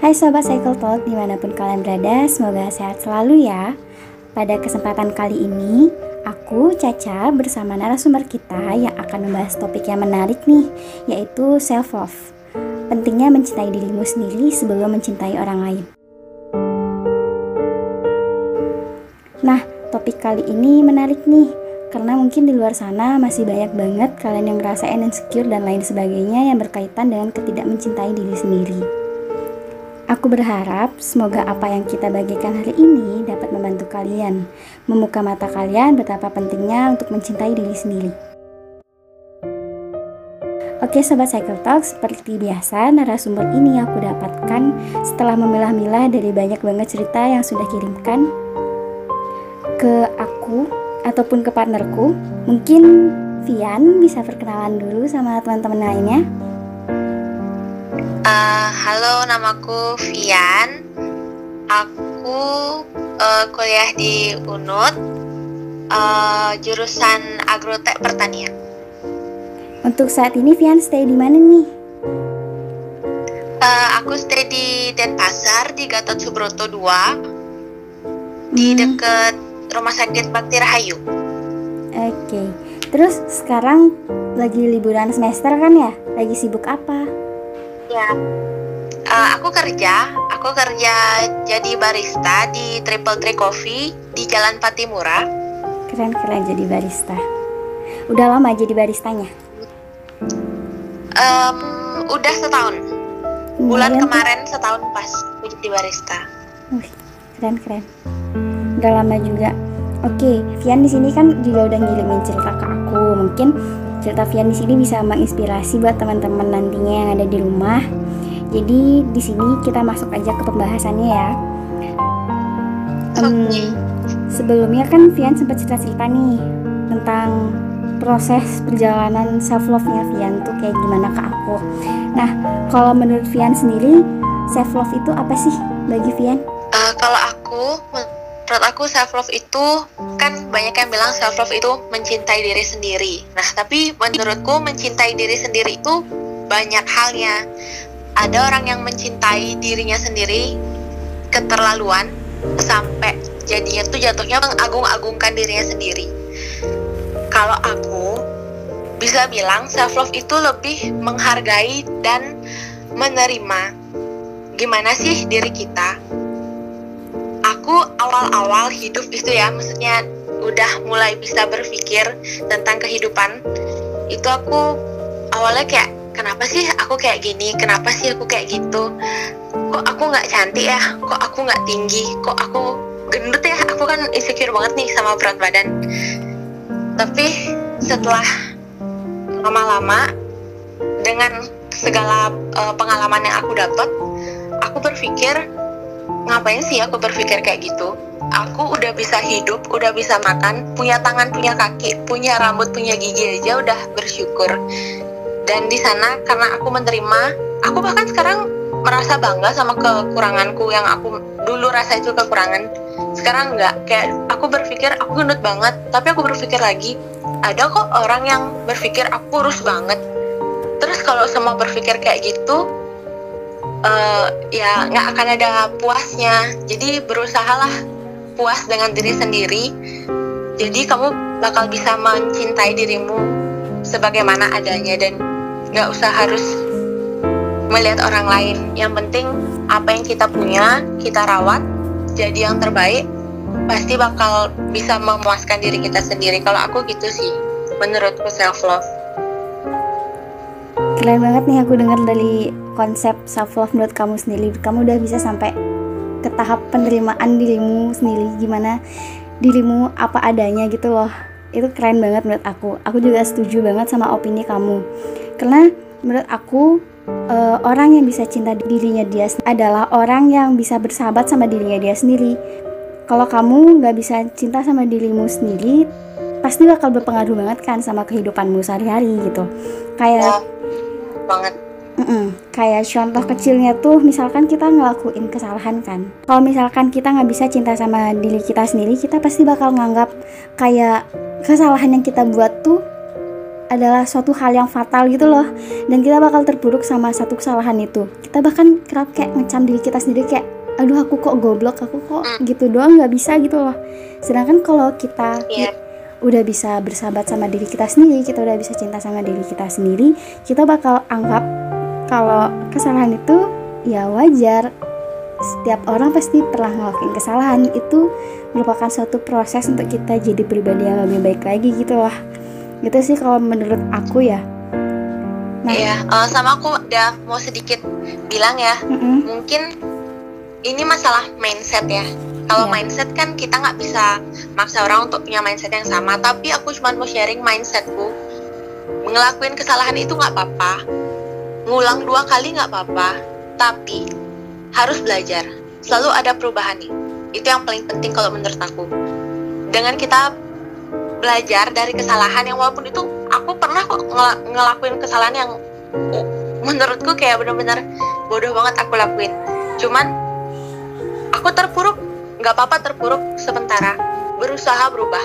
Hai Sobat Cycle Talk dimanapun kalian berada, semoga sehat selalu ya. Pada kesempatan kali ini, aku Caca bersama narasumber kita yang akan membahas topik yang menarik nih, yaitu self-love. Pentingnya mencintai dirimu sendiri sebelum mencintai orang lain. Nah, topik kali ini menarik nih, karena mungkin di luar sana masih banyak banget kalian yang ngerasain insecure dan lain sebagainya yang berkaitan dengan ketidak mencintai diri sendiri. Aku berharap semoga apa yang kita bagikan hari ini dapat membantu kalian, membuka mata kalian betapa pentingnya untuk mencintai diri sendiri. Oke Sobat Cycle Talk, seperti biasa narasumber ini aku dapatkan setelah memilah-milah dari banyak banget cerita yang sudah kirimkan ke aku ataupun ke partnerku. Mungkin Vian bisa perkenalan dulu sama teman-teman lainnya. Halo, namaku Vian. Aku kuliah di UNUD, jurusan Agrotek Pertanian. Untuk saat ini Vian stay di mana nih? Aku stay di Denpasar, di Gatot Subroto 2, di dekat Rumah Sakit Bakti Rahayu. Oke. Terus sekarang lagi liburan semester kan ya? Lagi sibuk apa? Ya, aku kerja jadi barista di Triple Tree Coffee di Jalan Patimura. Keren jadi barista. Udah lama jadi baristanya? Udah setahun. Bulan kemarin setahun pas jadi barista. Keren. Udah lama juga. Oke, Vian di sini kan juga udah ngirimin cerita ke aku. Mungkin cerita Vian di sini bisa menginspirasi buat teman-teman nantinya yang ada di rumah. Jadi di sini kita masuk aja ke pembahasannya ya. Sebelumnya kan Vian sempat cerita-cerita nih tentang proses perjalanan self love-nya Vian tuh kayak gimana ke aku. Nah, kalau menurut Vian sendiri, self love itu apa sih bagi Vian? Menurut aku self love itu kan banyak yang bilang self love itu mencintai diri sendiri. Nah, tapi menurutku mencintai diri sendiri itu banyak halnya. Ada orang yang mencintai dirinya sendiri keterlaluan sampai jatuhnya mengagung-agungkan dirinya sendiri. Kalau aku bisa bilang self love itu lebih menghargai dan menerima gimana sih diri kita. Aku awal-awal hidup itu ya, maksudnya udah mulai bisa berpikir tentang kehidupan. Itu aku awalnya kayak, kenapa sih aku kayak gini? Kenapa sih aku kayak gitu? Kok aku nggak cantik ya? Kok aku nggak tinggi? Kok aku gendut ya? Aku kan insecure banget nih sama berat badan. Tapi setelah lama-lama dengan segala pengalaman yang aku dapat, aku berpikir, ngapain sih aku berpikir kayak gitu? Aku udah bisa hidup, udah bisa makan, punya tangan, punya kaki, punya rambut, punya gigi aja udah bersyukur. Dan di sana karena aku menerima, aku bahkan sekarang merasa bangga sama kekuranganku yang aku dulu rasa itu kekurangan. Sekarang enggak, kayak aku berpikir aku gendut banget, tapi aku berpikir lagi, ada kok orang yang berpikir aku kurus banget. Terus kalau semua berpikir kayak gitu, ya nggak akan ada puasnya. Jadi berusahalah puas dengan diri sendiri. Jadi kamu bakal bisa mencintai dirimu sebagaimana adanya dan nggak usah harus melihat orang lain. Yang penting apa yang kita punya kita rawat jadi yang terbaik, pasti bakal bisa memuaskan diri kita sendiri. Kalau aku gitu sih menurutku self love. Keren banget nih aku dengar dari konsep self love menurut kamu sendiri. Kamu udah bisa sampai ke tahap penerimaan dirimu sendiri, gimana dirimu apa adanya gitu loh. Itu keren banget menurut aku. Aku juga setuju banget sama opini kamu. Karena menurut aku orang yang bisa cinta dirinya dia adalah orang yang bisa bersahabat sama dirinya dia sendiri. Kalau kamu gak bisa cinta sama dirimu sendiri, pasti bakal berpengaruh banget kan sama kehidupanmu sehari-hari gitu. Kayak banget. Kayak contoh kecilnya tuh, misalkan kita ngelakuin kesalahan kan. Kalau misalkan kita nggak bisa cinta sama diri kita sendiri, kita pasti bakal nganggap kayak kesalahan yang kita buat tuh adalah suatu hal yang fatal gitu loh, dan kita bakal terpuruk sama satu kesalahan itu. Kita bahkan kerap kayak ngecam diri kita sendiri kayak, aduh aku kok goblok, aku kok gitu doang nggak bisa gitu loh. Sedangkan kalau kita udah bisa bersahabat sama diri kita sendiri, kita udah bisa cinta sama diri kita sendiri, kita bakal anggap kalau kesalahan itu ya wajar. Setiap orang pasti pernah ngelakuin kesalahan, itu merupakan suatu proses untuk kita jadi pribadi yang lebih baik lagi gitu loh. Gitu sih kalau menurut aku ya. Nah, iya, sama aku udah mau sedikit bilang ya, mungkin ini masalah mindset ya. Kalau mindset kan kita nggak bisa maksa orang untuk punya mindset yang sama, tapi aku cuma mau sharing mindsetku. Ngelakuin kesalahan itu nggak apa-apa, ngulang 2 kali nggak apa-apa, tapi harus belajar. Selalu ada perubahan nih. Itu yang paling penting kalau menurut aku. Dengan kita belajar dari kesalahan yang walaupun itu aku pernah kok ngelakuin kesalahan yang menurutku kayak benar-benar bodoh banget aku lakuin. Cuman aku terpuruk, nggak apa-apa terpuruk sementara. Berusaha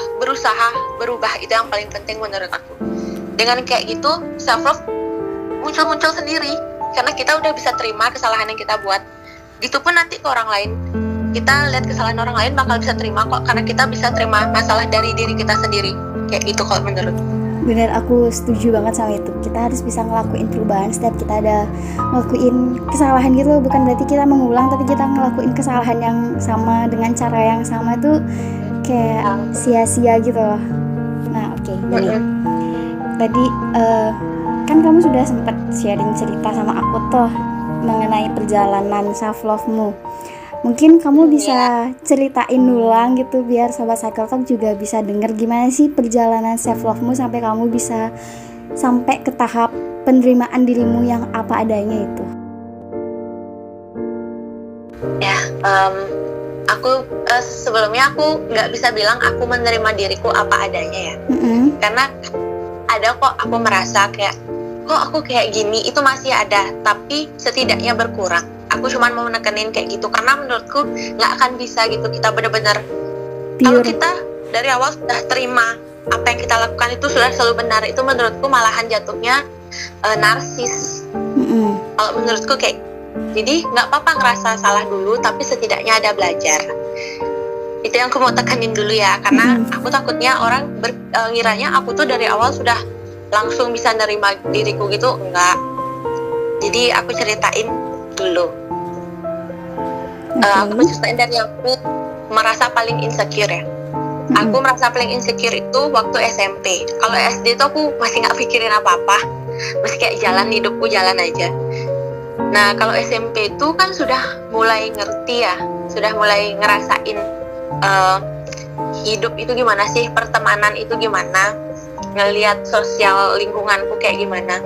berubah itu yang paling penting menurut aku. Dengan kayak gitu self love muncul sendiri karena kita udah bisa terima kesalahan yang kita buat. Gitu pun nanti ke orang lain. Kita lihat kesalahan orang lain bakal bisa terima kok, karena kita bisa terima masalah dari diri kita sendiri. Kayak gitu kalau menurut. Bener, aku setuju banget sama itu. Kita harus bisa ngelakuin perubahan setiap kita ada ngelakuin kesalahan gitu. Bukan berarti kita mengulang, tapi kita ngelakuin kesalahan yang sama dengan cara yang sama itu kayak sia-sia gitu loh. Nah oke, jadi tadi kan kamu sudah sempat sharing cerita sama aku tuh mengenai perjalanan self love-mu. Mungkin kamu bisa ceritain ulang gitu biar Sobat Cycle Talk juga bisa denger gimana sih perjalanan self love-mu sampai kamu bisa sampai ke tahap penerimaan dirimu yang apa adanya itu. Ya, aku sebelumnya aku nggak bisa bilang aku menerima diriku apa adanya ya. Karena ada kok aku merasa kayak kok aku kayak gini, itu masih ada, tapi setidaknya berkurang. Aku cuma mau menekenin kayak gitu karena menurutku nggak akan bisa gitu kita benar-benar kalau kita dari awal sudah terima apa yang kita lakukan itu sudah selalu benar, itu menurutku malahan jatuhnya narsis. Kalau menurutku kayak jadi nggak apa-apa ngerasa salah dulu, tapi setidaknya ada belajar. Itu yang aku mau tekenin dulu ya, karena aku takutnya orang ngiranya aku tuh dari awal sudah langsung bisa nerima diriku gitu, enggak. Jadi aku ceritain dulu. Aku ceritain dari aku merasa paling insecure ya. Aku merasa paling insecure itu waktu SMP. Kalau SD tuh aku masih nggak pikirin apa-apa, masih kayak jalan hidupku jalan aja. Nah kalau SMP itu kan sudah mulai ngerti ya, sudah mulai ngerasain hidup itu gimana sih, pertemanan itu gimana, ngelihat sosial lingkunganku kayak gimana.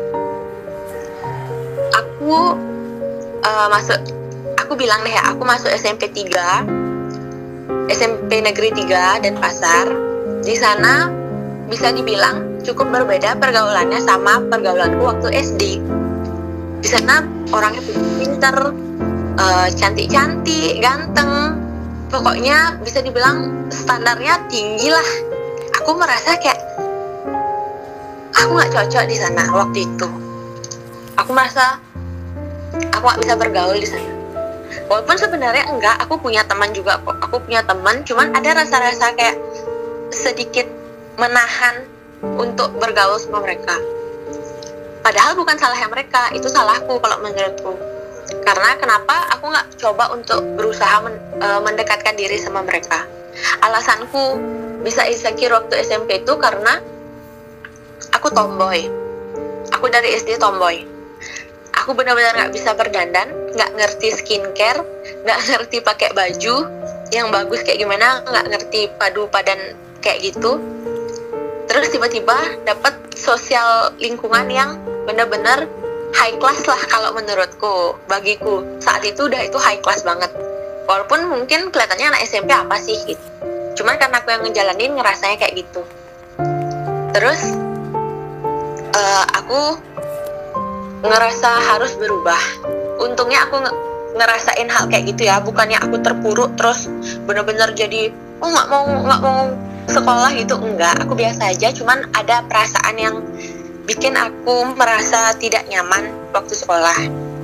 Aku aku bilang deh ya, aku masuk SMP 3, SMP Negeri 3 Denpasar. Di sana bisa dibilang cukup berbeda pergaulannya sama pergaulanku waktu SD. Di sana orangnya pinter, cantik-cantik, ganteng, pokoknya bisa dibilang standarnya tinggi lah. Aku merasa kayak aku nggak cocok di sana waktu itu. Aku merasa aku nggak bisa bergaul di sana. Walaupun sebenarnya enggak, aku punya teman juga kok. Aku punya teman, cuman ada rasa-rasa kayak sedikit menahan untuk bergaul sama mereka. Padahal bukan salahnya mereka, itu salahku kalau menurutku. Karena kenapa aku nggak coba untuk berusaha mendekatkan diri sama mereka. Alasanku bisa insecure waktu SMP itu karena aku tomboy. Aku dari SD tomboy. Aku benar-benar nggak bisa berdandan, nggak ngerti skincare, nggak ngerti pakai baju yang bagus kayak gimana, nggak ngerti padu padan kayak gitu. Terus tiba-tiba dapat sosial lingkungan yang benar-benar high class lah kalau menurutku, bagiku saat itu udah itu high class banget. Walaupun mungkin kelihatannya anak SMP apa sih gitu, cuman karena aku yang ngejalanin ngerasanya kayak gitu. Terus aku ngerasa harus berubah. Untungnya aku ngerasain hal kayak gitu ya, bukannya aku terpuruk terus benar-benar jadi nggak mau sekolah gitu enggak, aku biasa aja, cuman ada perasaan yang bikin aku merasa tidak nyaman waktu sekolah.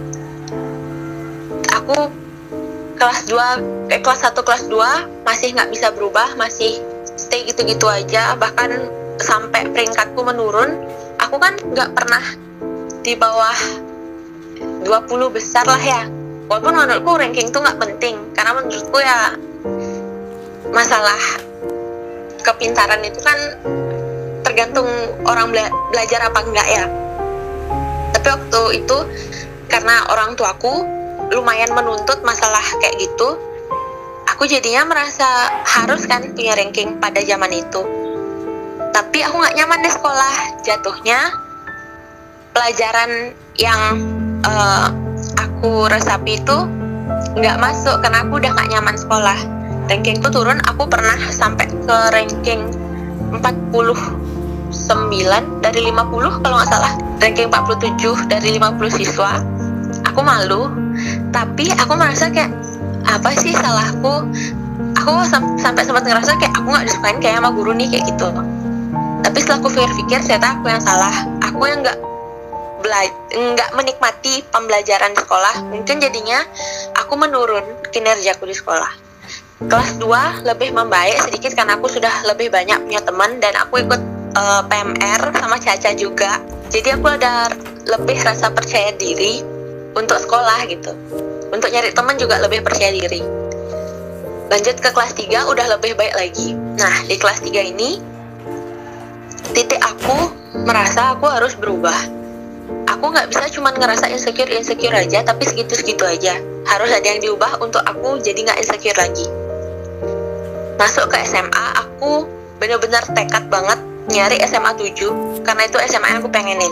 Aku kelas 1 kelas 2 masih nggak bisa berubah, masih stay gitu-gitu aja, bahkan sampai peringkatku menurun. Aku kan nggak pernah di bawah 20 besar lah ya, walaupun menurutku ranking tuh nggak penting, karena menurutku ya masalah kepintaran itu kan tergantung orang belajar apa enggak ya. Tapi waktu itu karena orang tuaku lumayan menuntut masalah kayak gitu, aku jadinya merasa harus kan punya ranking pada zaman itu. Tapi aku nggak nyaman di sekolah, jatuhnya pelajaran yang aku resapi itu nggak masuk karena aku udah nggak nyaman sekolah. Rankingku turun, aku pernah sampai ke ranking 49 dari 50 kalau nggak salah, ranking 47 dari 50 siswa. Aku malu, tapi aku merasa kayak apa sih salahku. Aku sampai sempat ngerasa kayak aku nggak disukain kayak sama guru nih, kayak gitu. Tapi setelah aku pikir-pikir, ternyata aku yang salah. Aku yang nggak menikmati pembelajaran di sekolah. Mungkin jadinya aku menurun kinerjaku di sekolah. Kelas 2 lebih membaik sedikit karena aku sudah lebih banyak punya teman, dan aku ikut PMR sama Caca juga. Jadi aku ada lebih rasa percaya diri untuk sekolah gitu. Untuk nyari teman juga lebih percaya diri. Lanjut ke kelas 3 udah lebih baik lagi. Nah, di kelas 3 ini titik aku merasa aku harus berubah. Aku nggak bisa cuma ngerasa insecure aja, tapi segitu-segitu aja. Harus ada yang diubah untuk aku jadi nggak insecure lagi. Masuk ke SMA, aku bener-bener tekad banget nyari SMA 7, karena itu SMA yang aku pengenin.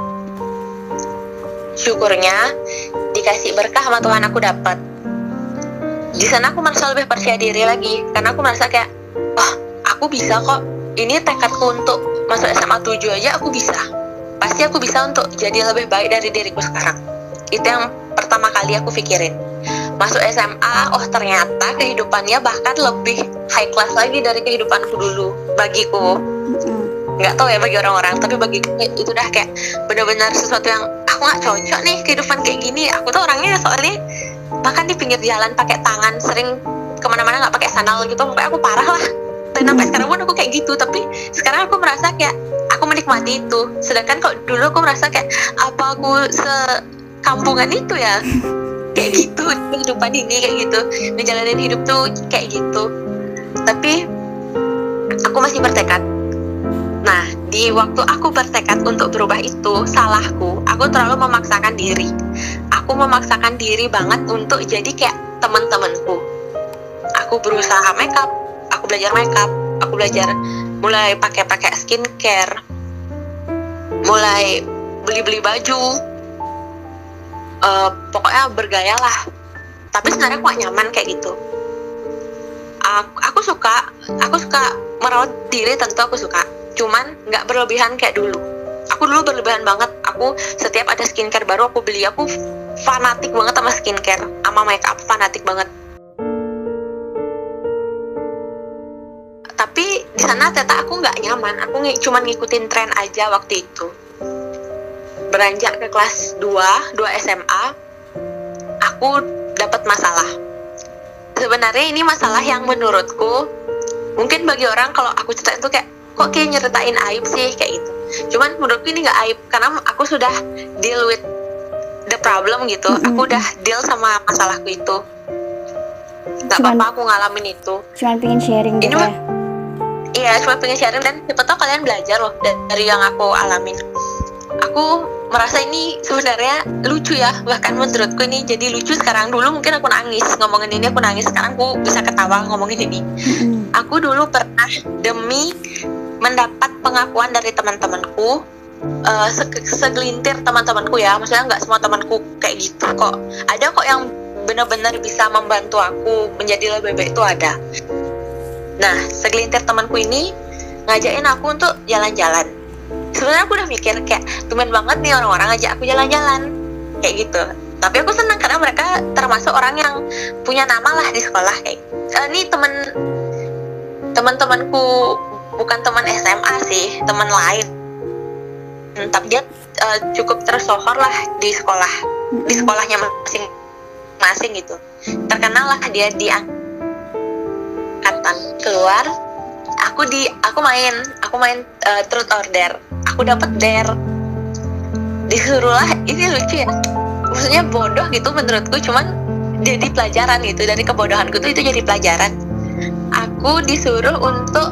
Syukurnya dikasih berkah sama Tuhan, aku dapat. Di sana aku merasa lebih percaya diri lagi, karena aku merasa kayak, oh, aku bisa kok. Ini tekadku untuk masuk SMA 7 aja aku bisa. Pasti aku bisa untuk jadi lebih baik dari diriku sekarang. Itu yang pertama kali aku pikirin. Masuk SMA, oh ternyata kehidupannya bahkan lebih high class lagi dari kehidupanku dulu. Bagiku, nggak tahu ya bagi orang-orang, tapi bagiku itu udah kayak benar-benar sesuatu yang aku nggak cocok nih kehidupan kayak gini. Aku tuh orangnya soalnya makan di pinggir jalan pakai tangan, sering kemana-mana nggak pakai sandal gitu, sampai aku parah lah. Dan sampai sekarang pun aku kayak gitu, tapi sekarang aku merasa kayak aku menikmati itu. Sedangkan kok dulu aku merasa kayak apa aku sekampungan itu ya, kayak gitu kehidupan ini, kayak gitu ngejalanin hidup tuh kayak gitu. Tapi aku masih bertekad. Nah, di waktu aku bertekad untuk berubah itu salahku. Aku terlalu memaksakan diri. Aku memaksakan diri banget untuk jadi kayak teman-temanku. Aku berusaha makeup, aku belajar makeup, aku belajar mulai pakai skincare, mulai beli baju, pokoknya bergaya lah. Tapi sebenarnya aku gak nyaman kayak gitu. Aku suka merawat diri, tentu aku suka, cuman nggak berlebihan kayak dulu. Aku dulu berlebihan banget. Aku setiap ada skincare baru aku beli. Aku fanatik banget sama skincare, sama makeup, fanatik banget. Tapi di sana ternyata aku nggak nyaman. Aku cuma ngikutin tren aja waktu itu. Beranjak ke kelas 2 SMA, aku dapat masalah. Sebenarnya ini masalah yang menurutku mungkin bagi orang kalau aku ceritain tuh kayak kok kayak nyeritain aib sih kayak gitu. Cuman menurutku ini nggak aib karena aku sudah deal with the problem gitu. Aku udah deal sama masalahku itu. Gak apa-apa aku ngalamin itu. Cuman pengen sharing gitu ya? Iya, cuma pengen sharing dan siapa tau kalian belajar loh dari yang aku alamin. Aku merasa ini sebenarnya lucu ya, bahkan menurutku ini jadi lucu sekarang. Dulu mungkin aku nangis ngomongin ini, aku nangis. Sekarang aku bisa ketawa ngomongin ini. Aku dulu pernah demi mendapat pengakuan dari teman-temanku, segelintir teman-temanku ya, maksudnya nggak semua temanku kayak gitu kok. Ada kok yang benar-benar bisa membantu aku menjadi lebih baik, itu ada. Nah, segelintir temanku ini ngajakin aku untuk jalan-jalan. Sebenarnya aku udah mikir kayak tumben banget nih orang-orang ngajak aku jalan-jalan kayak gitu. Tapi aku senang karena mereka termasuk orang yang punya nama lah di sekolah kayak. Ini teman-temanku, bukan teman SMA sih, teman lain. Tapi dia cukup tersohor lah di sekolah, di sekolahnya masing-masing gitu. Terkenal lah dia di angkatan. Keluar, aku main truth or dare. Aku dapet dare. Disuruh lah, ini lucu ya. Maksudnya bodoh gitu menurutku, cuman jadi pelajaran gitu. Dari kebodohanku tuh itu jadi pelajaran. Aku disuruh untuk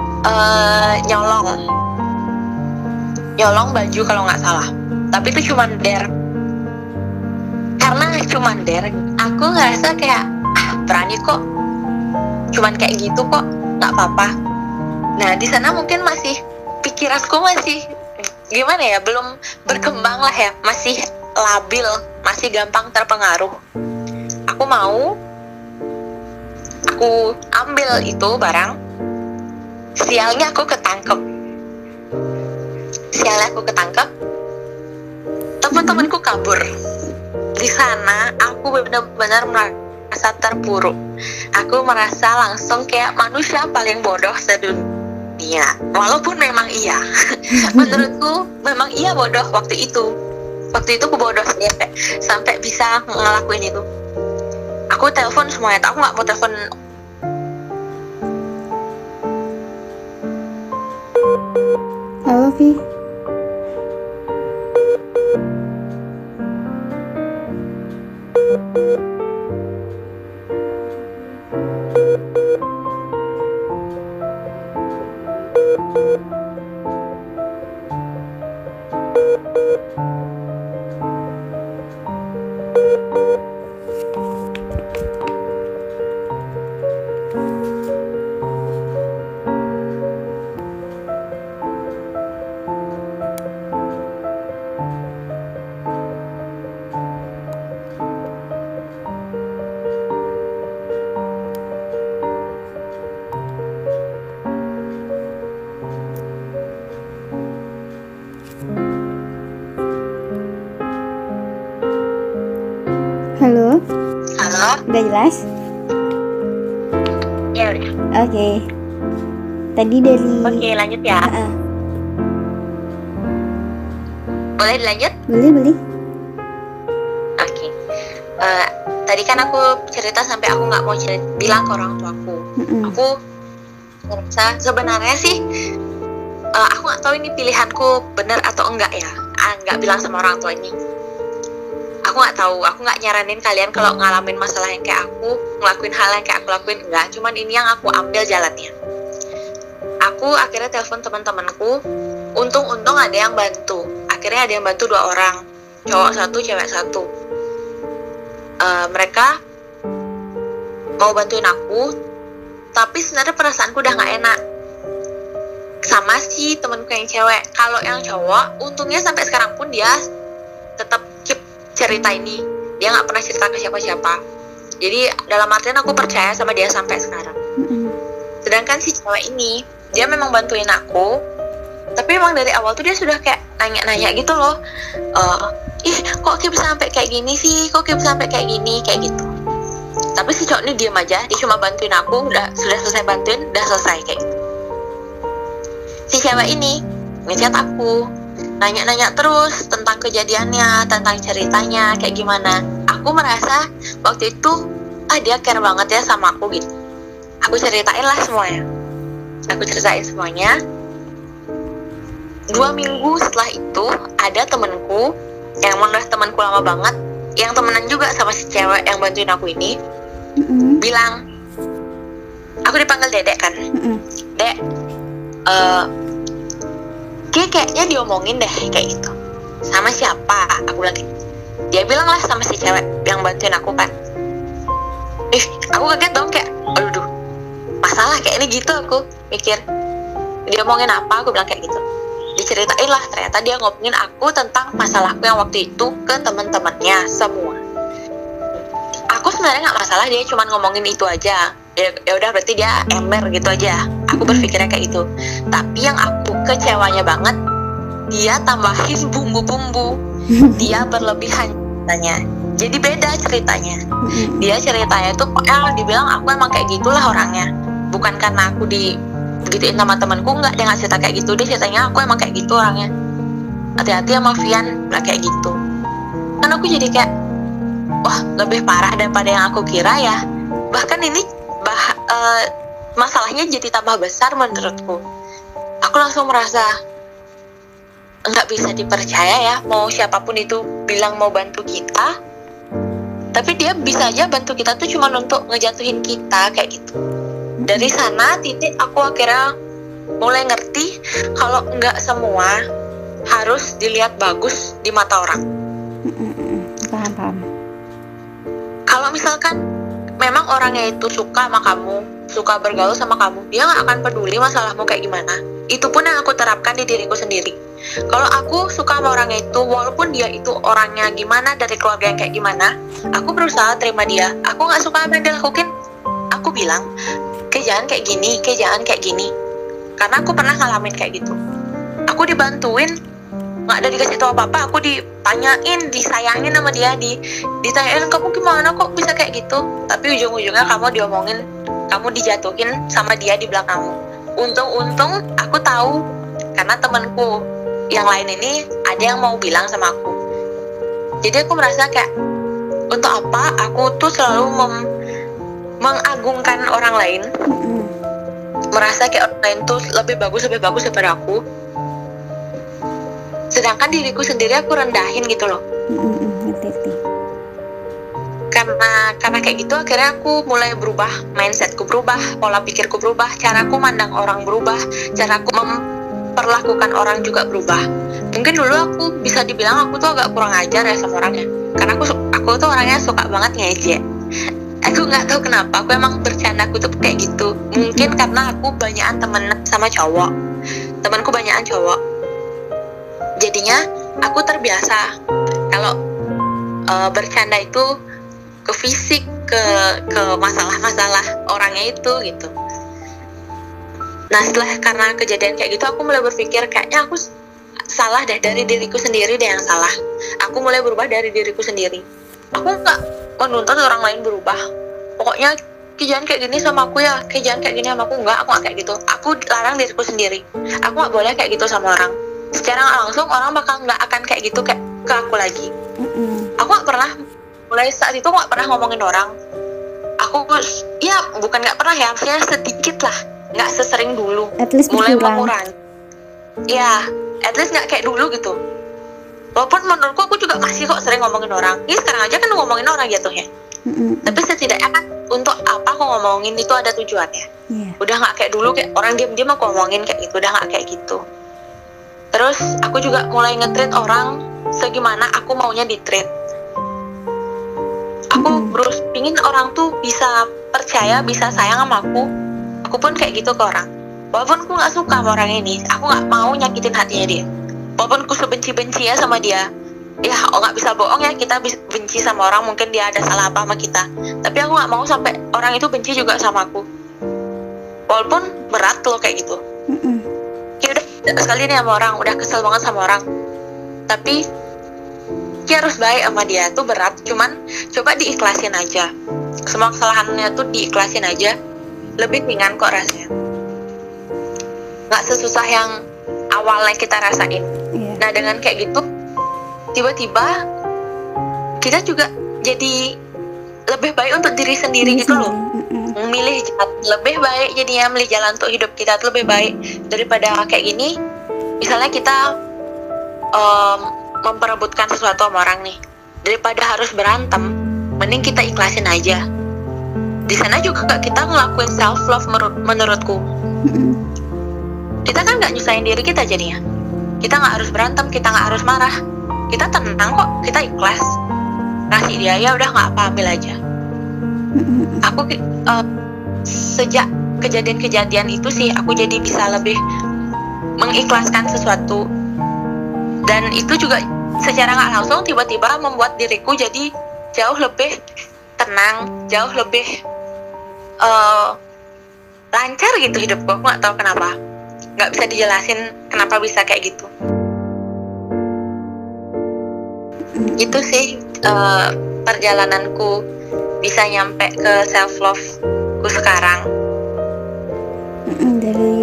nyolong baju kalau nggak salah. Tapi itu cuma dare. Karena cuma dare, aku ngerasa kayak berani kok. Cuman kayak gitu kok, nggak apa-apa. Nah di sana mungkin masih pikiranku masih gimana ya, belum berkembang lah ya, masih labil, masih gampang terpengaruh. Aku ambil itu barang. Sialnya aku ketangkep. Teman-temanku kabur. Di sana aku benar-benar merasa terpuruk. Aku merasa langsung kayak manusia paling bodoh sedunia. Walaupun memang iya. Menurutku memang iya bodoh waktu itu. Waktu itu aku bodoh sampai bisa ngelakuin itu. Aku telepon semuanya. Aku nggak mau telepon. Halo Vi. Halo. Udah jelas? Ya udah. Oke. Tadi dari. Oke, lanjut ya. Boleh dilanjut? Boleh. Oke. Tadi kan aku cerita sampai aku nggak mau bilang ke orang tuaku. Aku merasa sebenarnya sih aku nggak tahu ini pilihanku benar atau enggak ya. Nggak bilang sama orang tua ini. Aku nggak tahu, aku nggak nyaranin kalian kalau ngalamin masalah yang kayak aku, ngelakuin hal yang kayak aku lakuin, enggak. Cuman ini yang aku ambil jalannya. Aku akhirnya telepon teman-temanku. Untung ada yang bantu. Akhirnya ada yang bantu 2 orang, cowok 1, cewek 1. Mereka mau bantuin aku, tapi sebenarnya perasaanku udah nggak enak sama si temanku yang cewek. Kalau yang cowok, untungnya sampai sekarang pun dia tetap keep cerita ini. Dia nggak pernah cerita ke siapa-siapa. Jadi dalam artian aku percaya sama dia sampai sekarang. Sedangkan si cewek ini, dia memang bantuin aku, tapi memang dari awal tuh dia sudah kayak nanya-nanya gitu loh. Kok Ki bisa sampai kayak gini sih? Kok Ki bisa sampai kayak gini? Kayak gitu. Tapi si cowok ini diem aja. Dia cuma bantuin aku. Sudah selesai bantuin, udah selesai kayak gitu. Si cewek ini ngechat aku, nanya-nanya terus tentang kejadiannya, tentang ceritanya kayak gimana. Aku merasa waktu itu dia care banget ya sama aku gitu. Aku ceritain lah semuanya. 2 minggu setelah itu ada temenku yang menurut temanku lama banget, yang temenan juga sama si cewek yang bantuin aku ini, bilang, aku dipanggil Dedek kan, Dek, kayaknya diomongin deh kayak gitu. Sama siapa? Aku bilang gitu. Dia bilang lah sama si cewek yang bantuin aku kan. Aku kaget dong kayak, aduh, masalah kayak ini gitu. Aku mikir, diomongin apa? Aku bilang kayak gitu. Diceritain lah, ternyata dia ngomongin aku tentang masalahku yang waktu itu ke teman-temannya semua. Aku sebenarnya nggak masalah, dia cuma ngomongin itu aja. Ya udah, berarti dia ember gitu aja. Aku berpikirnya kayak gitu. Tapi yang aku kecewanya banget, dia tambahin bumbu-bumbu. Dia berlebihan ceritanya. Jadi beda ceritanya. Dia ceritanya tuh dibilang aku emang kayak gitulah orangnya. bukan karena aku digituin sama temanku, enggak, dia nggak cerita kayak gitu, dia ceritanya aku emang kayak gitu orangnya, hati-hati sama Vian lah kayak gitu. Kan aku jadi kayak wah, lebih parah daripada yang aku kira ya. Bahkan ini masalahnya jadi tambah besar menurutku. Aku langsung merasa nggak bisa dipercaya ya, mau siapapun itu bilang mau bantu kita, tapi dia bisa aja bantu kita tuh cuma untuk ngejatuhin kita kayak gitu. Dari sana titik aku akhirnya mulai ngerti kalau nggak semua harus dilihat bagus di mata orang. Paham. Kalau misalkan memang orangnya itu suka sama kamu, suka bergaul sama kamu, dia nggak akan peduli masalahmu kayak gimana. Itu pun yang aku terapkan di diriku sendiri. Kalau aku suka sama orangnya itu, walaupun dia itu orangnya gimana, dari keluarga yang kayak gimana, aku berusaha terima dia. Aku nggak suka apa yang dia lakuin, aku bilang, jangan kayak gini, jangan kayak gini. Karena aku pernah ngalamin kayak gitu. Aku dibantuin, nggak ada dikasih tahu apa-apa, aku ditanyain, disayangin sama dia, ditanyain kamu gimana kok bisa kayak gitu, tapi ujung-ujungnya kamu diomongin, kamu dijatuhin sama dia di belakangmu. Untung aku tahu karena temanku yang lain ini ada yang mau bilang sama aku. Jadi aku merasa kayak untuk apa aku tuh selalu mengagungkan orang lain, merasa kayak orang lain tuh lebih bagus daripada aku, sedangkan diriku sendiri aku rendahin gitu loh. Ngerti. Karena kayak gitu akhirnya aku mulai berubah, mindsetku berubah, pola pikirku berubah, caraku mandang orang berubah, caraku memperlakukan orang juga berubah. Mungkin dulu aku bisa dibilang aku tuh agak kurang ajar ya sama orangnya, karena aku tuh orangnya suka banget ngejek. Aku nggak tahu kenapa, aku emang bercanda aku tuh kayak gitu. Mungkin karena aku banyakan temen sama cowok, temanku banyakan cowok, jadinya aku terbiasa kalau bercanda itu ke fisik, ke masalah-masalah orangnya itu gitu. Nah karena kejadian kayak gitu, aku mulai berpikir kayaknya aku salah deh, dari diriku sendiri deh yang salah. Aku mulai berubah dari diriku sendiri. Aku nggak menuntut orang lain berubah. Pokoknya jangan kayak gini sama aku ya, jangan kayak gini sama aku, aku nggak kayak gitu. Aku larang diriku sendiri. Aku nggak boleh kayak gitu sama orang. Secara nggak langsung orang bakal nggak akan kayak gitu kayak ke aku lagi. Aku nggak pernah, mulai saat itu nggak pernah ngomongin orang. Aku ya bukan nggak pernah ya, maksudnya sedikit lah, nggak sesering dulu. Mulai mengurangi. Ya, at least nggak kayak dulu gitu. Walaupun menurutku aku juga masih kok sering ngomongin orang. Ini sekarang aja kan ngomongin orang jatuhnya. Tapi setidaknya kan untuk apa aku ngomongin itu ada tujuannya. Udah nggak kayak dulu kayak orang diam-diam aku ngomongin kayak gitu, udah nggak kayak gitu. Terus aku juga mulai nge-treat orang segimana aku maunya di-treat. Aku pingin orang tuh bisa percaya, bisa sayang sama aku. Aku pun kayak gitu ke orang. Walaupun aku nggak suka sama orang ini, aku nggak mau nyakitin hatinya dia. Walaupun aku sebenci-benci ya sama dia, ya nggak bisa bohong ya, kita benci sama orang, mungkin dia ada salah apa sama kita, tapi aku nggak mau sampai orang itu benci juga sama aku. Walaupun berat loh kayak gitu. Ya udah sekali nih sama orang, udah kesel banget sama orang, tapi ya harus baik sama dia tuh berat. Cuman coba diikhlasin aja, semua kesalahannya tuh diikhlasin aja, lebih ringan kok rasanya. Nggak sesusah yang awalnya kita rasain. Nah dengan kayak gitu, tiba-tiba kita juga jadi lebih baik untuk diri sendiri gitu loh. Memilih jalan lebih baik, jadinya memilih jalan untuk hidup kita tuh lebih baik daripada kayak gini. Misalnya kita memperebutkan sesuatu sama orang nih, daripada harus berantem, mending kita ikhlasin aja. Di sana juga kita ngelakuin self love menurutku. Kita kan nggak nyusahin diri kita jadinya. Kita nggak harus berantem, kita nggak harus marah, kita tenang kok, kita ikhlas ngasih dia, ya udah nggak apa, ambil aja. Aku sejak kejadian-kejadian itu sih aku jadi bisa lebih mengikhlaskan sesuatu, dan itu juga secara nggak langsung tiba-tiba membuat diriku jadi jauh lebih tenang, jauh lebih lancar gitu hidupku. Aku nggak tahu kenapa, nggak bisa dijelasin kenapa bisa kayak gitu. Itu sih perjalananku bisa nyampe ke self love ku sekarang.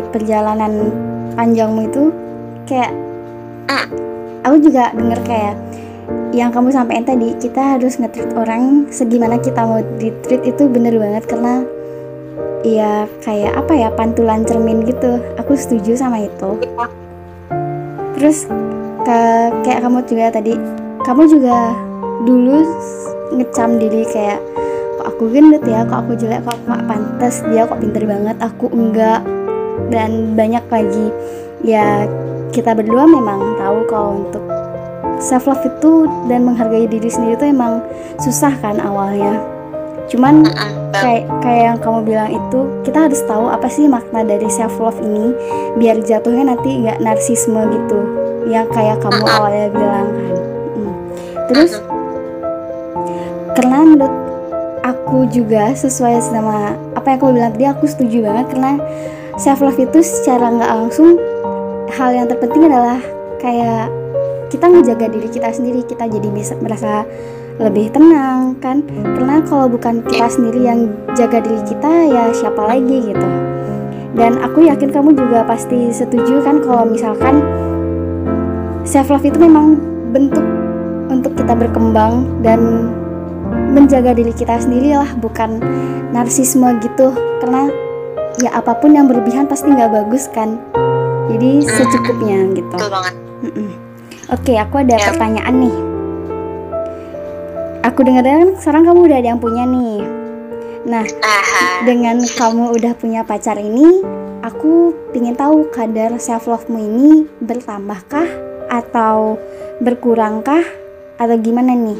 perjalanan panjangmu itu kayak aku juga denger kayak yang kamu sampaikan tadi, kita harus nge-treat orang segimana kita mau di-treat, itu bener banget. Karena ya kayak apa ya, pantulan cermin gitu. Aku setuju sama itu. Terus kayak kamu juga tadi, kamu juga dulu ngecam diri kayak, kok aku gendut ya, kok aku jelek, kok aku gak pantas, dia kok pinter banget, aku enggak, dan banyak lagi. Ya kita berdua memang tahu kalau untuk self love itu dan menghargai diri sendiri itu emang susah kan awalnya. Cuman kayak yang kamu bilang itu, kita harus tahu apa sih makna dari self love ini, biar jatuhnya nanti nggak narsisme gitu, yang kayak kamu awalnya bilang kan. Terus karena menurut aku juga sesuai sama apa yang aku bilang tadi, aku setuju banget. Karena self love itu secara nggak langsung, hal yang terpenting adalah kayak kita ngejaga diri kita sendiri, kita jadi bisa merasa lebih tenang kan. Karena kalau bukan kita sendiri yang jaga diri kita, ya siapa lagi gitu. Dan aku yakin kamu juga pasti setuju kan kalau misalkan self love itu memang bentuk untuk kita berkembang dan menjaga diri kita sendiri lah, bukan narsisme gitu. Karena ya apapun yang berlebihan pasti nggak bagus kan. Jadi secukupnya gitu. Betul banget. Oke, aku ada pertanyaan nih. Aku dengar kan sekarang kamu udah ada yang punya nih. Nah, dengan kamu udah punya pacar ini, aku pingin tahu kadar self love-mu ini bertambahkah atau berkurangkah atau gimana nih?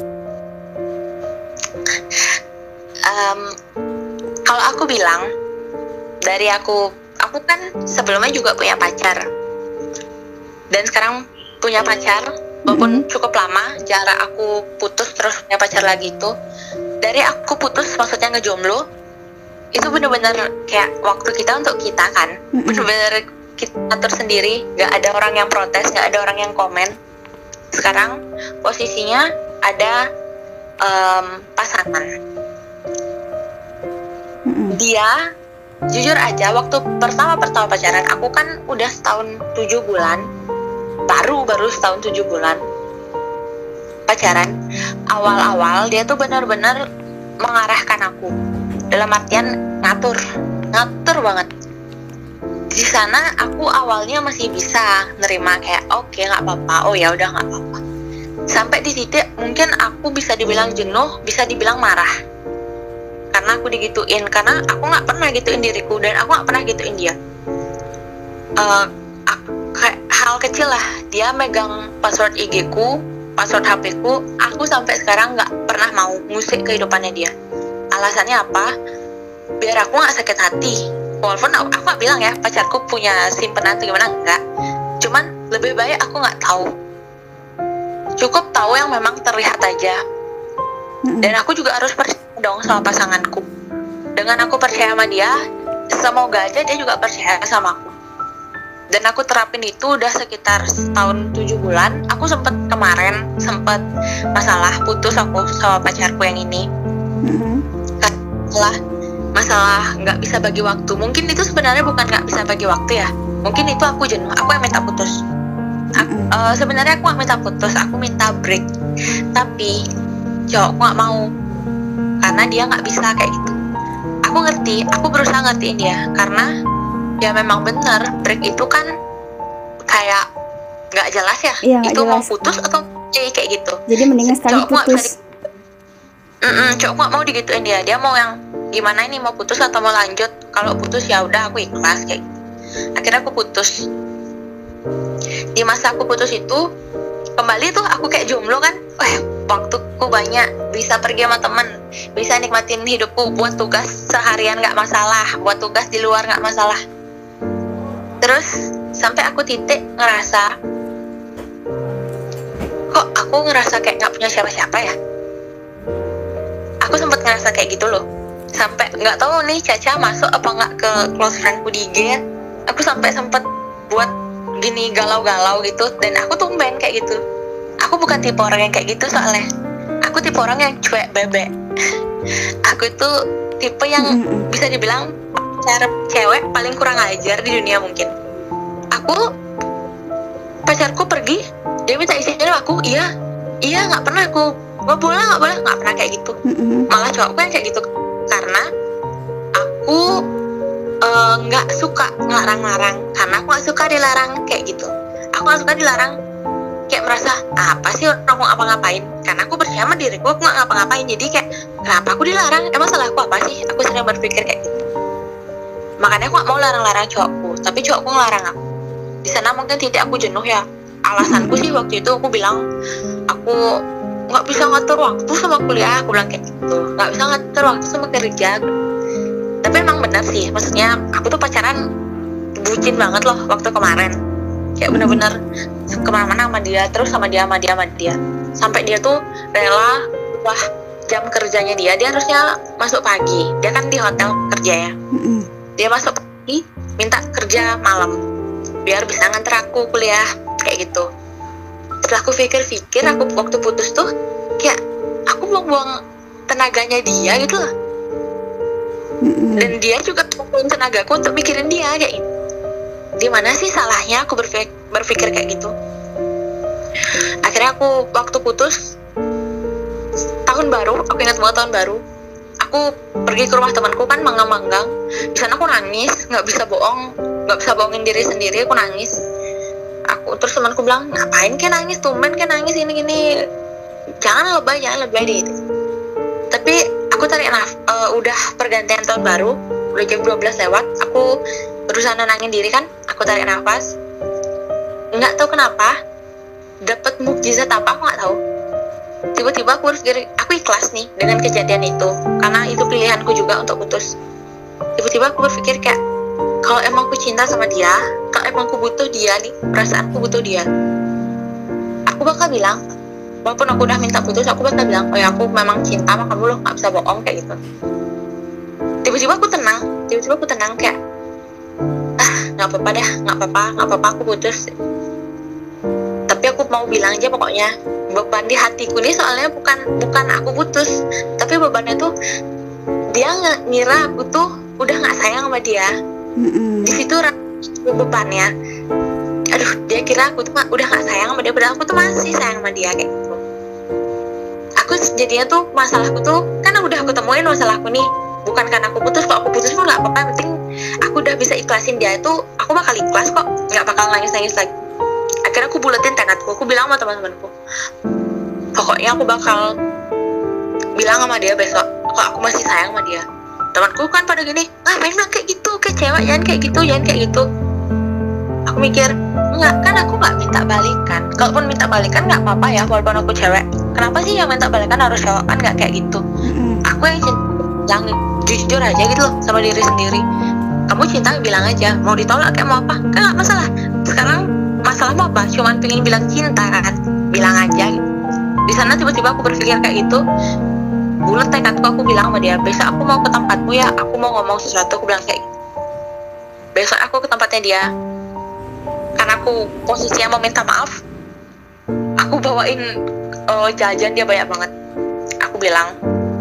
Kalau aku bilang, dari aku kan sebelumnya juga punya pacar, dan sekarang punya pacar, walaupun cukup lama jarak aku putus terus punya pacar lagi itu. Dari aku putus, maksudnya ngejomblo, itu bener-bener kayak waktu kita untuk kita kan, bener-bener kita atur sendiri, gak ada orang yang protes, gak ada orang yang komen. Sekarang posisinya ada pasangan. Dia jujur aja, waktu pertama pacaran, aku kan udah setahun 7 bulan, baru setahun 7 bulan pacaran. Awal-awal dia tuh benar-benar mengarahkan aku, dalam artian ngatur banget. Di sana aku awalnya masih bisa nerima kayak oke, nggak apa-apa, oh ya udah nggak apa-apa. Sampai di titik mungkin aku bisa dibilang jenuh, bisa dibilang marah, karena aku digituin. Karena aku nggak pernah gituin diriku, dan aku nggak pernah gituin dia. Kayak hal kecil lah, dia megang password IG ku, password HP ku, aku sampai sekarang nggak pernah mau ngusik kehidupannya dia. Alasannya apa? Biar aku nggak sakit hati. Walaupun aku nggak bilang ya pacarku punya simpenan atau gimana, enggak. Cuman lebih baik aku nggak tahu. Cukup tahu yang memang terlihat aja. Dan aku juga harus percaya dong sama pasanganku. Dengan aku percaya sama dia, semoga aja dia juga percaya sama aku. Dan aku terapin itu udah sekitar setahun 7 bulan. Aku kemarin sempet masalah putus aku sama pacarku yang ini. Masalah nggak bisa bagi waktu. Mungkin itu sebenarnya bukan nggak bisa bagi waktu ya. Mungkin itu aku jenuh, aku yang minta putus. Sebenarnya aku nggak minta putus, aku minta break. Tapi cowokku nggak mau, karena dia nggak bisa kayak gitu. Aku ngerti, aku berusaha ngertiin dia, karena ya memang benar, break itu kan kayak nggak jelas ya. Iya, itu jelas. mau putus atau kayak gitu. Jadi mendingan sekali putus. Cowok nggak mau digituin dia. Dia mau yang gimana ini, mau putus atau mau lanjut? Kalau putus ya udah aku ikhlas kayak gitu. Akhirnya aku putus. Di masa aku putus itu kembali tuh aku kayak jomblo kan. Waktuku banyak, bisa pergi sama temen, bisa nikmatin hidupku, buat tugas seharian nggak masalah, buat tugas di luar nggak masalah. Terus sampai aku titik ngerasa, kok aku ngerasa kayak nggak punya siapa-siapa ya. Aku sempat ngerasa kayak gitu loh. Sampai nggak tahu nih Caca masuk apa nggak ke close friendku di IG. Aku sampai sempat buat gini galau-galau gitu, dan aku tumben kayak gitu. Aku bukan tipe orang yang kayak gitu soalnya. Aku tipe orang yang cuek bebek. Aku tuh tipe yang bisa dibilang pacar cewek paling kurang ajar di dunia mungkin. Pacarku pergi, dia minta izin sama aku, iya nggak pernah aku nggak pernah kayak gitu. Malah cowokku yang kayak gitu, karena aku nggak suka ngelarang-larang, karena aku nggak suka dilarang kayak gitu. Aku nggak suka dilarang, kayak merasa apa sih orang mau ngapa-ngapain, karena aku percaya sama diriku, aku nggak ngapa-ngapain. Jadi kayak kenapa aku dilarang, emang salah aku apa sih? Aku sering berpikir kayak gitu. Makanya aku nggak mau larang-larang cowokku, tapi cowokku ngelarang aku. Di sana mungkin titik aku jenuh ya. Alasanku sih waktu itu aku bilang aku nggak bisa ngatur waktu sama kuliah, aku bilang kayak gitu, nggak bisa ngatur waktu sama kerja. Tapi emang benar sih, maksudnya aku tuh pacaran bucin banget loh waktu kemarin, kayak bener-bener kemana-mana sama dia, terus sama dia, sampai dia tuh rela ubah jam kerjanya dia harusnya masuk pagi, dia kan di hotel kerja ya, dia masuk pagi minta kerja malam biar bisa nganter aku kuliah kayak gitu. Setelah aku pikir-pikir, aku waktu putus tuh kayak aku buang-buang tenaganya dia gitu loh. Dan dia juga buang tenagaku untuk mikirin dia kayak gitu. Di mana sih salahnya aku berpikir kayak gitu. Akhirnya aku waktu putus tahun baru, aku ingat banget tahun baru, aku pergi ke rumah temanku kan, manggang-manggang. Di sana aku nangis, nggak bisa bohongin diri sendiri, aku nangis. Terus temanku bilang, ngapain kayak nangis, tumben kayak nangis ini, jangan lebay gitu. Tapi aku tarik udah pergantian tahun baru, udah jam 12 lewat, aku berusaha nenangin diri kan, aku tarik nafas, nggak tahu kenapa dapat mukjizat apa, aku nggak tahu. Tiba-tiba aku berpikir, aku ikhlas nih dengan kejadian itu, karena itu pilihanku juga untuk putus. Tiba-tiba aku berpikir kayak, kalau emang aku cinta sama dia, kalau emang aku butuh dia nih, perasaanku butuh dia, aku bakal bilang, walaupun aku udah minta putus, aku bakal bilang, oh ya aku memang cinta sama kamu loh, nggak bisa bohong kayak gitu. Tiba-tiba aku tenang kayak, nggak apa-apa aku putus. Tapi aku mau bilang aja pokoknya, beban di hatiku nih soalnya bukan aku putus, tapi bebannya tuh dia ngira aku tuh udah nggak sayang sama dia. Di situ bebannya, aduh, dia kira aku tuh udah nggak sayang sama dia, padahal aku tuh masih sayang sama dia kayak gitu. Aku jadinya tuh masalahku tuh karena udah aku temuin masalahku nih, bukan karena aku putus. Kalau aku putus pun nggak apa-apa, yang penting aku udah bisa ikhlasin dia, itu aku bakal ikhlas kok, nggak bakal nangis lagi. Akhirnya aku buletin tekadku, aku bilang sama teman-temanku, pokoknya aku bakal bilang sama dia besok kalau aku masih sayang sama dia. Temanku kan pada gini, ngapain bilang kayak gitu, kayak cewek jangan kayak gitu. Aku mikir, enggak, kan aku nggak minta balikan. Kalaupun minta balikan nggak apa-apa ya, walaupun aku cewek. Kenapa sih yang minta balikan harus cowok, kan nggak kayak gitu. Aku yang jujur aja gitu loh sama diri sendiri. Kamu cinta bilang aja, mau ditolak kayak mau apa, kan nggak masalah. Sekarang masalahmu apa? Cuman pengen bilang cinta kan, bilang aja gitu. Di sana tiba-tiba aku berpikir kayak gitu, bulat tekadku, aku bilang sama dia, besok aku mau ke tempatmu ya, aku mau ngomong sesuatu, aku bilang kayak gitu. Besok aku ke tempatnya dia, karena aku posisinya mau minta maaf, aku bawain jajan dia banyak banget. Aku bilang,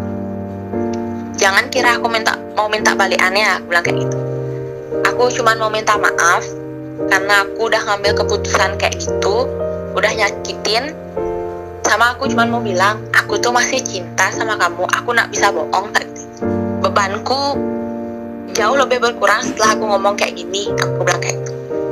jangan kira aku mau minta balikannya, aku bilang kayak gitu. Aku cuma mau minta maaf karena aku udah ngambil keputusan kayak gitu, udah nyakitin. Sama aku cuma mau bilang, aku tuh masih cinta sama kamu, aku gak bisa bohong. Bebanku jauh lebih berkurang setelah aku ngomong kayak gini, aku bilang kayak gitu.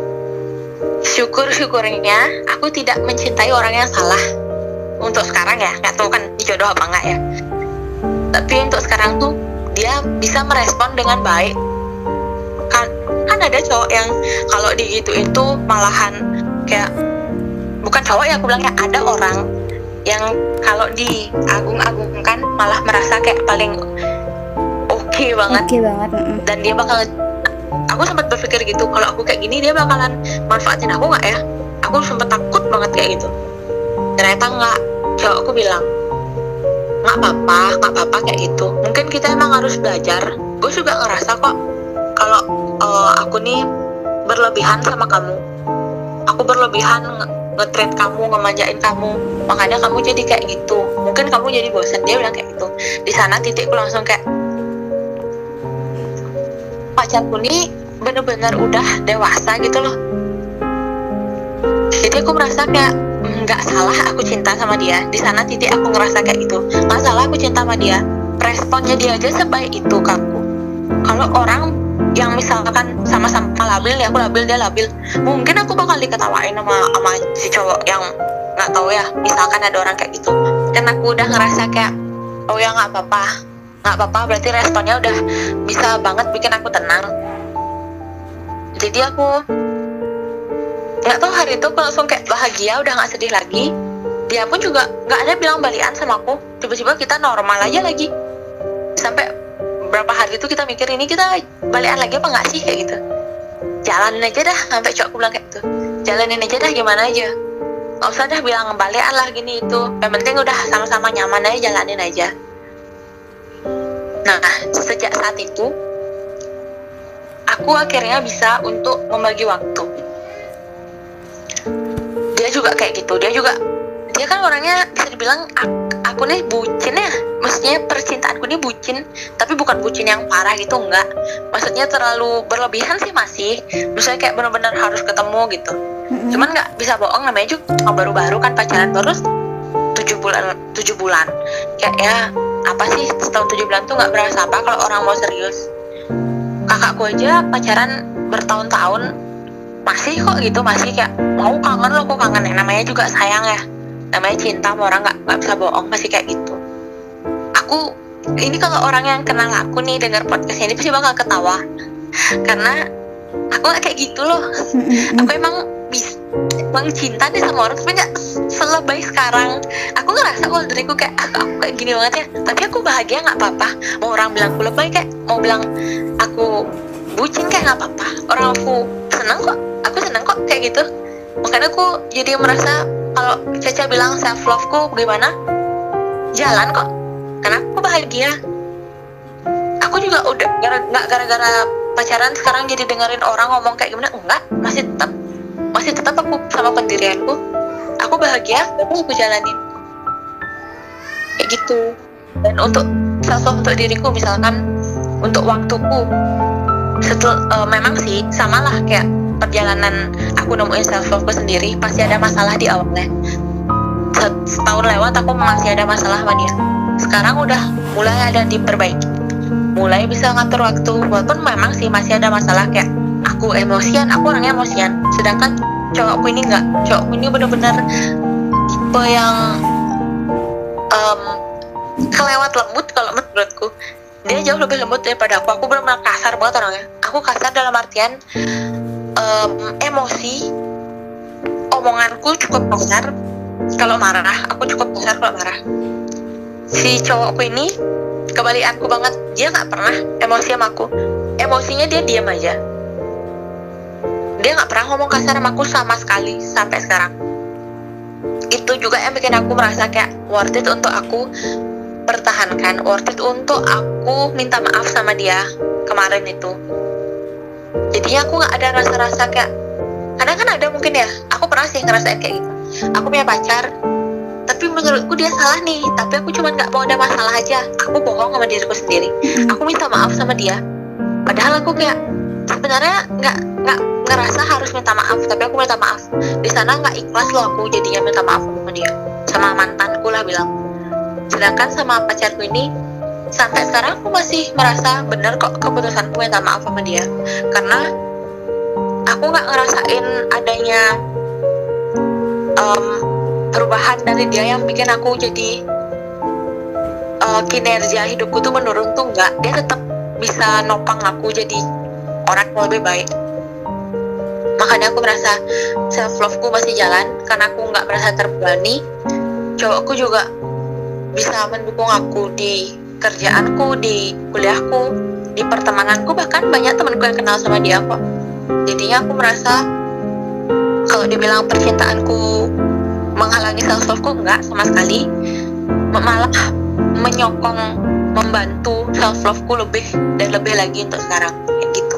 Syukurnya aku tidak mencintai orang yang salah. Untuk sekarang ya, gak tahu kan dijodoh apa enggak ya, tapi untuk sekarang tuh dia bisa merespon dengan baik. Kan ada cowok yang kalau digituin tuh malahan kayak, bukan cowok ya, aku bilangnya ada orang yang kalau diagung-agungkan malah merasa kayak paling oke banget. Dan dia bakal, aku sempat berpikir gitu, kalau aku kayak gini dia bakalan manfaatin aku nggak ya. Aku sempat takut banget kayak gitu. Ternyata nggak, cowokku bilang nggak apa-apa kayak gitu. Mungkin kita emang harus belajar. Gue juga ngerasa kok kalau aku nih berlebihan sama kamu, aku berlebihan nge-treat kamu, ngemanjain kamu, makanya kamu jadi kayak gitu, mungkin kamu jadi bosan. Dia bilang kayak gitu. Di sana titikku langsung kayak, pacarku nih bener-bener udah dewasa gitu loh. Jadi aku merasa kayak nggak salah aku cinta sama dia. Di sana titik aku ngerasa kayak gitu, nggak salah aku cinta sama dia. Responnya dia aja sebaik itu ke aku. Kalau orang yang misalkan sama-sama labil nih, aku labil dia labil, mungkin aku bakal diketawain sama si cowok yang nggak tahu ya. Misalkan ada orang kayak gitu, dan aku udah ngerasa kayak oh ya nggak apa-apa, berarti responnya udah bisa banget bikin aku tenang. Jadi aku nggak tahu hari itu aku langsung kayak bahagia, udah nggak sedih lagi. Dia pun juga nggak ada bilang balikan sama aku, tiba-tiba kita normal aja lagi. Sampai berapa hari itu kita mikir ini kita balikan lagi apa nggak sih kayak gitu. Jalanin aja dah, sampai cowokku bilang kayak gitu, jalanin aja dah gimana aja, nggak usah dah bilang balikan lah gini itu, yang penting udah sama-sama nyaman aja, jalanin aja. Nah, sejak saat itu aku akhirnya bisa untuk membagi waktu. Dia juga kayak gitu, dia kan orangnya bisa dibilang aku nih bucin ya, maksudnya percintaanku nih bucin, tapi bukan bucin yang parah gitu, enggak, maksudnya terlalu berlebihan sih masih, misalnya kayak benar-benar harus ketemu gitu. Cuman nggak bisa bohong, namanya juga baru-baru kan pacaran terus 7 bulan kayak ya apa sih, setahun 7 bulan tuh nggak berasa apa kalau orang mau serius. Kakakku aja pacaran bertahun-tahun masih kok gitu, masih kayak mau kangen loh, aku kangen ya, namanya juga sayang ya, namanya cinta sama orang, nggak bisa bohong, masih kayak gitu. Aku ini kalau orang yang kenal aku nih dengar podcast ini pasti bakal ketawa karena aku nggak kayak gitu loh. Aku emang cinta nih sama orang, tapi nggak selebay sekarang. Aku ngerasa kalau diriku kayak aku kayak gini banget ya, tapi aku bahagia, nggak apa-apa. Mau orang bilang aku lebay, kayak mau bilang aku bucin kayak nggak apa-apa. Orang aku seneng kok kayak gitu. Makanya aku jadi merasa kalau Caca bilang self love ku gimana, jalan kok, karena aku bahagia. Aku juga udah nggak gara-gara pacaran sekarang jadi dengerin orang ngomong kayak gimana, enggak, masih tetap aku sama pendirianku. Aku bahagia, tapi aku jalanin kayak gitu. Dan untuk self love untuk diriku, misalkan untuk waktuku, memang sih samalah kayak perjalanan aku nemuin self love sendiri, pasti ada masalah di awalnya. Setahun lewat aku masih ada masalah sama dia. Sekarang udah mulai ada diperbaiki, mulai bisa ngatur waktu, walaupun memang sih masih ada masalah kayak aku emosian, aku orangnya emosian, sedangkan cowokku ini enggak. Cowokku ini bener-bener tipe yang kelewat lembut. Kalau menurutku dia jauh lebih lembut daripada aku bener-bener kasar banget orangnya. Aku kasar dalam artian emosi, omonganku cukup kasar kalau marah, aku cukup kasar kalau marah. Si cowokku ini kebalikanku banget, dia nggak pernah emosi sama aku, emosinya dia diam aja, dia nggak pernah ngomong kasar sama aku sama sekali sampai sekarang. Itu juga yang bikin aku merasa kayak worth it untuk aku pertahankan, worth it untuk aku minta maaf sama dia kemarin itu. Jadinya aku nggak ada rasa-rasa kayak, kadang kan ada mungkin ya, aku pernah sih ngerasain kayak gitu, aku punya pacar tapi menurutku dia salah nih, tapi aku cuma nggak mau ada masalah aja, aku bohong sama diriku sendiri, aku minta maaf sama dia, padahal aku kayak sebenarnya nggak ngerasa harus minta maaf, tapi aku minta maaf. Di sana nggak ikhlas loh aku jadinya minta maaf sama dia, sama mantanku lah bilang. Sedangkan sama pacarku ini sampai sekarang aku masih merasa benar kok keputusanku minta maaf sama dia, karena aku nggak ngerasain adanya perubahan dari dia yang bikin aku jadi kinerja hidupku tuh menurun tuh enggak. Dia tetap bisa nopang aku jadi orang yang lebih baik. Makanya aku merasa self love ku masih jalan, karena aku nggak merasa terbebani. Cowokku juga bisa mendukung aku di kerjaanku, di kuliahku, di pertemananku, bahkan banyak temanku yang kenal sama dia kok. Jadinya aku merasa kalau dibilang percintaanku menghalangi self love ku, enggak sama sekali, malah menyokong, membantu self love ku lebih dan lebih lagi untuk sekarang kayak gitu.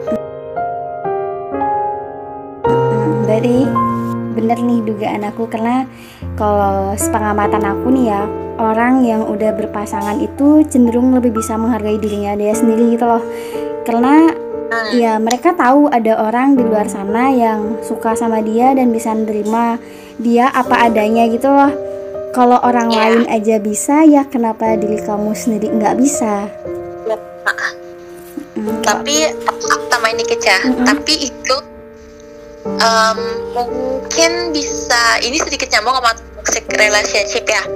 Berarti bener nih dugaan aku, karena kalau sepengamatan aku nih ya, orang yang udah berpasangan itu cenderung lebih bisa menghargai dirinya dia sendiri gitu loh. Karena Iya, mereka tahu ada orang di luar sana yang suka sama dia dan bisa nerima dia apa adanya gitu loh. Kalau orang lain aja bisa, ya kenapa diri kamu sendiri nggak bisa? Tapi aku tambahin dikit ya. Tapi itu mungkin bisa, ini sedikit nyambung sama toxic relationship ya.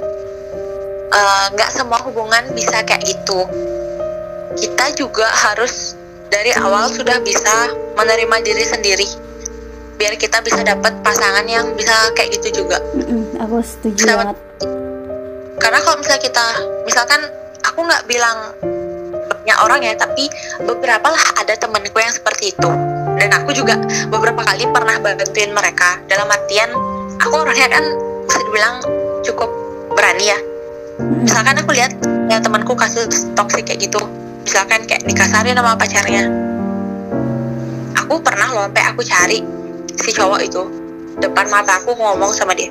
Nggak semua hubungan bisa kayak gitu. Kita juga harus dari awal sudah bisa menerima diri sendiri, biar kita bisa dapat pasangan yang bisa kayak gitu juga. Aku setuju banget. Karena kalau misalnya kita, misalkan aku nggak bilang banyak orang ya, tapi beberapa lah ada temenku yang seperti itu. Dan aku juga beberapa kali pernah bantuin mereka. Dalam artian, aku orangnya kan bisa dibilang cukup berani ya. Misalkan aku lihat ya temanku kasus toksik kayak gitu, misalkan kayak dikasarin sama pacarnya, aku pernah loh sampai aku cari si cowok itu depan mata aku, ngomong sama dia,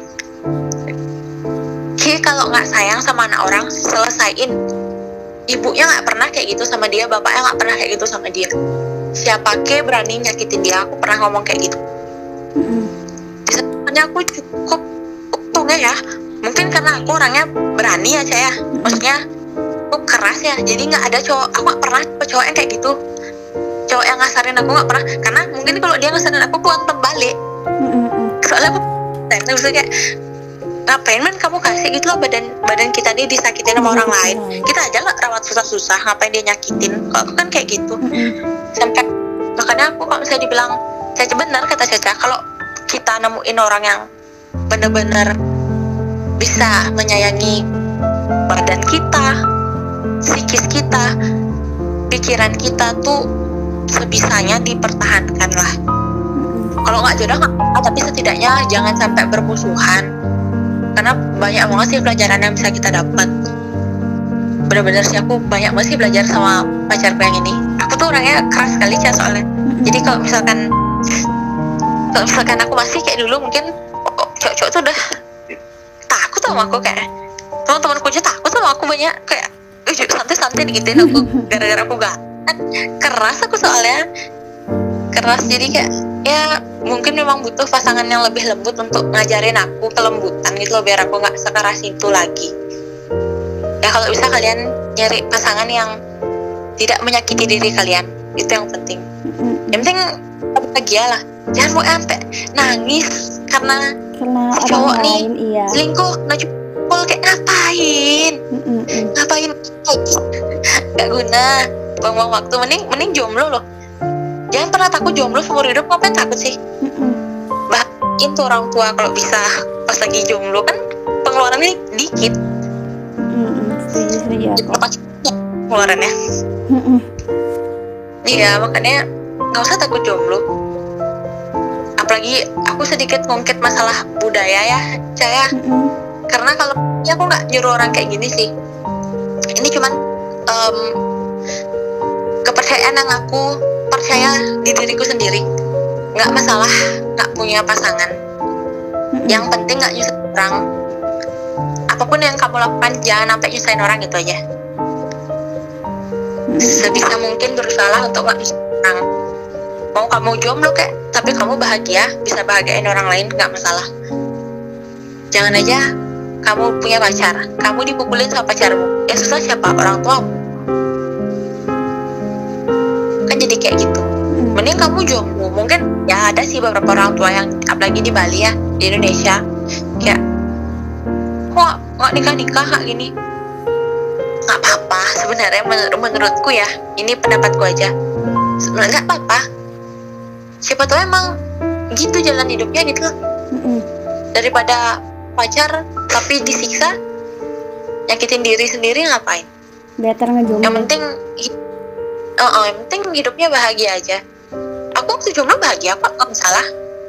Ki, kalau nggak sayang sama anak orang, selesaiin. Ibunya nggak pernah kayak gitu sama dia, bapaknya nggak pernah kayak gitu sama dia. Siapa ke berani nyakitin dia? Aku pernah ngomong kayak gitu. Sebenarnya aku cukup untungnya ya, mungkin karena aku orangnya berani ya saya, maksudnya aku keras ya, jadi nggak ada cowok, aku nggak pernah cowok yang kayak gitu, cowok yang ngasarin aku nggak pernah. Karena mungkin kalau dia ngasarin aku antem balik, soalnya aku bisa kayak, ngapain men kamu kasih gitu loh, badan kita dia disakitin sama orang lain, kita aja nggak rawat susah-susah, ngapain dia nyakitin. Kalau aku kan kayak gitu. Sampai makanya aku kalau misalnya dibilang Caca, benar kata Caca, kalau kita nemuin orang yang benar-benar bisa menyayangi badan kita, psikis kita, pikiran kita tuh sebisanya dipertahankan lah. Kalau nggak jodoh nggak apa, tapi setidaknya jangan sampai bermusuhan. Karena banyak banget sih pelajaran yang bisa kita dapat. Benar-benar sih aku banyak banget sih belajar sama pacarku yang ini. Aku tuh orangnya keras sekali Ca soalnya. Jadi kalau misalkan aku masih kayak dulu, mungkin cowok-cowok tuh udah takut sama aku, kayak teman-temanku aja takut sama aku, banyak kayak santai-santai digituin aku gara-gara aku gak keras. Aku soalnya keras, jadi kayak ya mungkin memang butuh pasangan yang lebih lembut untuk ngajarin aku kelembutan gitu loh, biar aku nggak sekeras itu lagi. Ya kalau bisa kalian nyari pasangan yang tidak menyakiti diri kalian, itu yang penting. Yang penting bahagia lah, jangan mau sampai nangis karena si cowok nih selingkuh, najupul kayak ngapain nggak guna, buang-buang waktu. Mending jomblo loh. Jangan pernah takut jomblo seumur hidup, ngapain takut sih? Bahagiin tuh orang tua kalau bisa pas lagi jomblo, kan pengeluarannya dikit. Setuju aku. Pengeluarannya. Iya, makanya nggak usah takut jomblo. Apalagi aku sedikit ngungkit masalah budaya ya, Caya. Karena kalau ya aku nggak nyuruh orang kayak gini sih. Ini cuman kepercayaan yang aku percaya di diriku sendiri. Nggak masalah nggak punya pasangan, yang penting nggak nyusahin orang. Apapun yang kamu lakukan, jangan sampai nyusahin orang, gitu aja. Sebisa mungkin berusaha untuk nggak nyusahin orang. Mau kamu jomblo kayak, tapi kamu bahagia, bisa bahagiain orang lain, nggak masalah. Jangan aja kamu punya pacar, kamu dipukulin sama pacarmu, yang susah siapa? Orang tuamu. Kan jadi kayak gitu. Mending kamu jomblo. Mungkin ya ada sih beberapa orang tua yang, apalagi di Bali ya, di Indonesia, kayak kok nggak nikah kayak gini. Nggak apa-apa sebenarnya, menurutku ya, ini pendapatku aja, sebenarnya nggak apa-apa. Siapa tahu emang gitu jalan hidupnya gitu. Daripada pacar tapi disiksa, nyakitin diri sendiri, ngapain? Better ngejomblo. Yang penting hidupnya bahagia aja. Aku waktu jomblo bahagia kok, nggak masalah.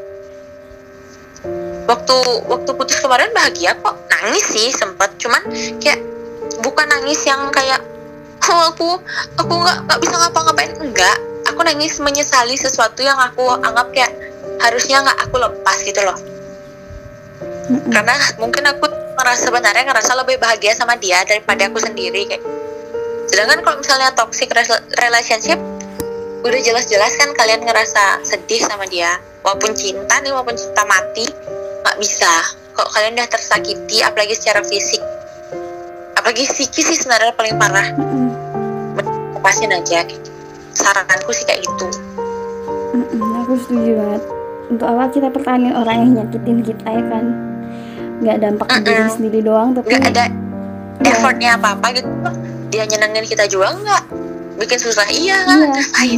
Waktu putus kemarin bahagia kok, nangis sih sempet, cuman kayak bukan nangis yang kayak aku nggak bisa ngapa-ngapain, enggak. Aku nangis menyesali sesuatu yang aku anggap kayak harusnya nggak aku lepas gitu loh. Karena mungkin aku sebenarnya ngerasa lebih bahagia sama dia daripada aku sendiri kayak. Sedangkan kalau misalnya toxic relationship, udah jelas-jelas kan kalian ngerasa sedih sama dia, walaupun cinta nih, walaupun cinta mati, nggak bisa. Kalau kalian udah tersakiti, apalagi secara fisik, apalagi psikis sih sebenarnya paling parah, lepasin aja. Saranku sih kayak gitu. Aku setuju banget. Untuk apa kita pertahanin orang yang nyakitin kita ya kan? Nggak dampak ke diri sendiri doang, tapi nggak ada effortnya apa-apa gitu. Dia nyenengin kita juga nggak, bikin susah ngapain.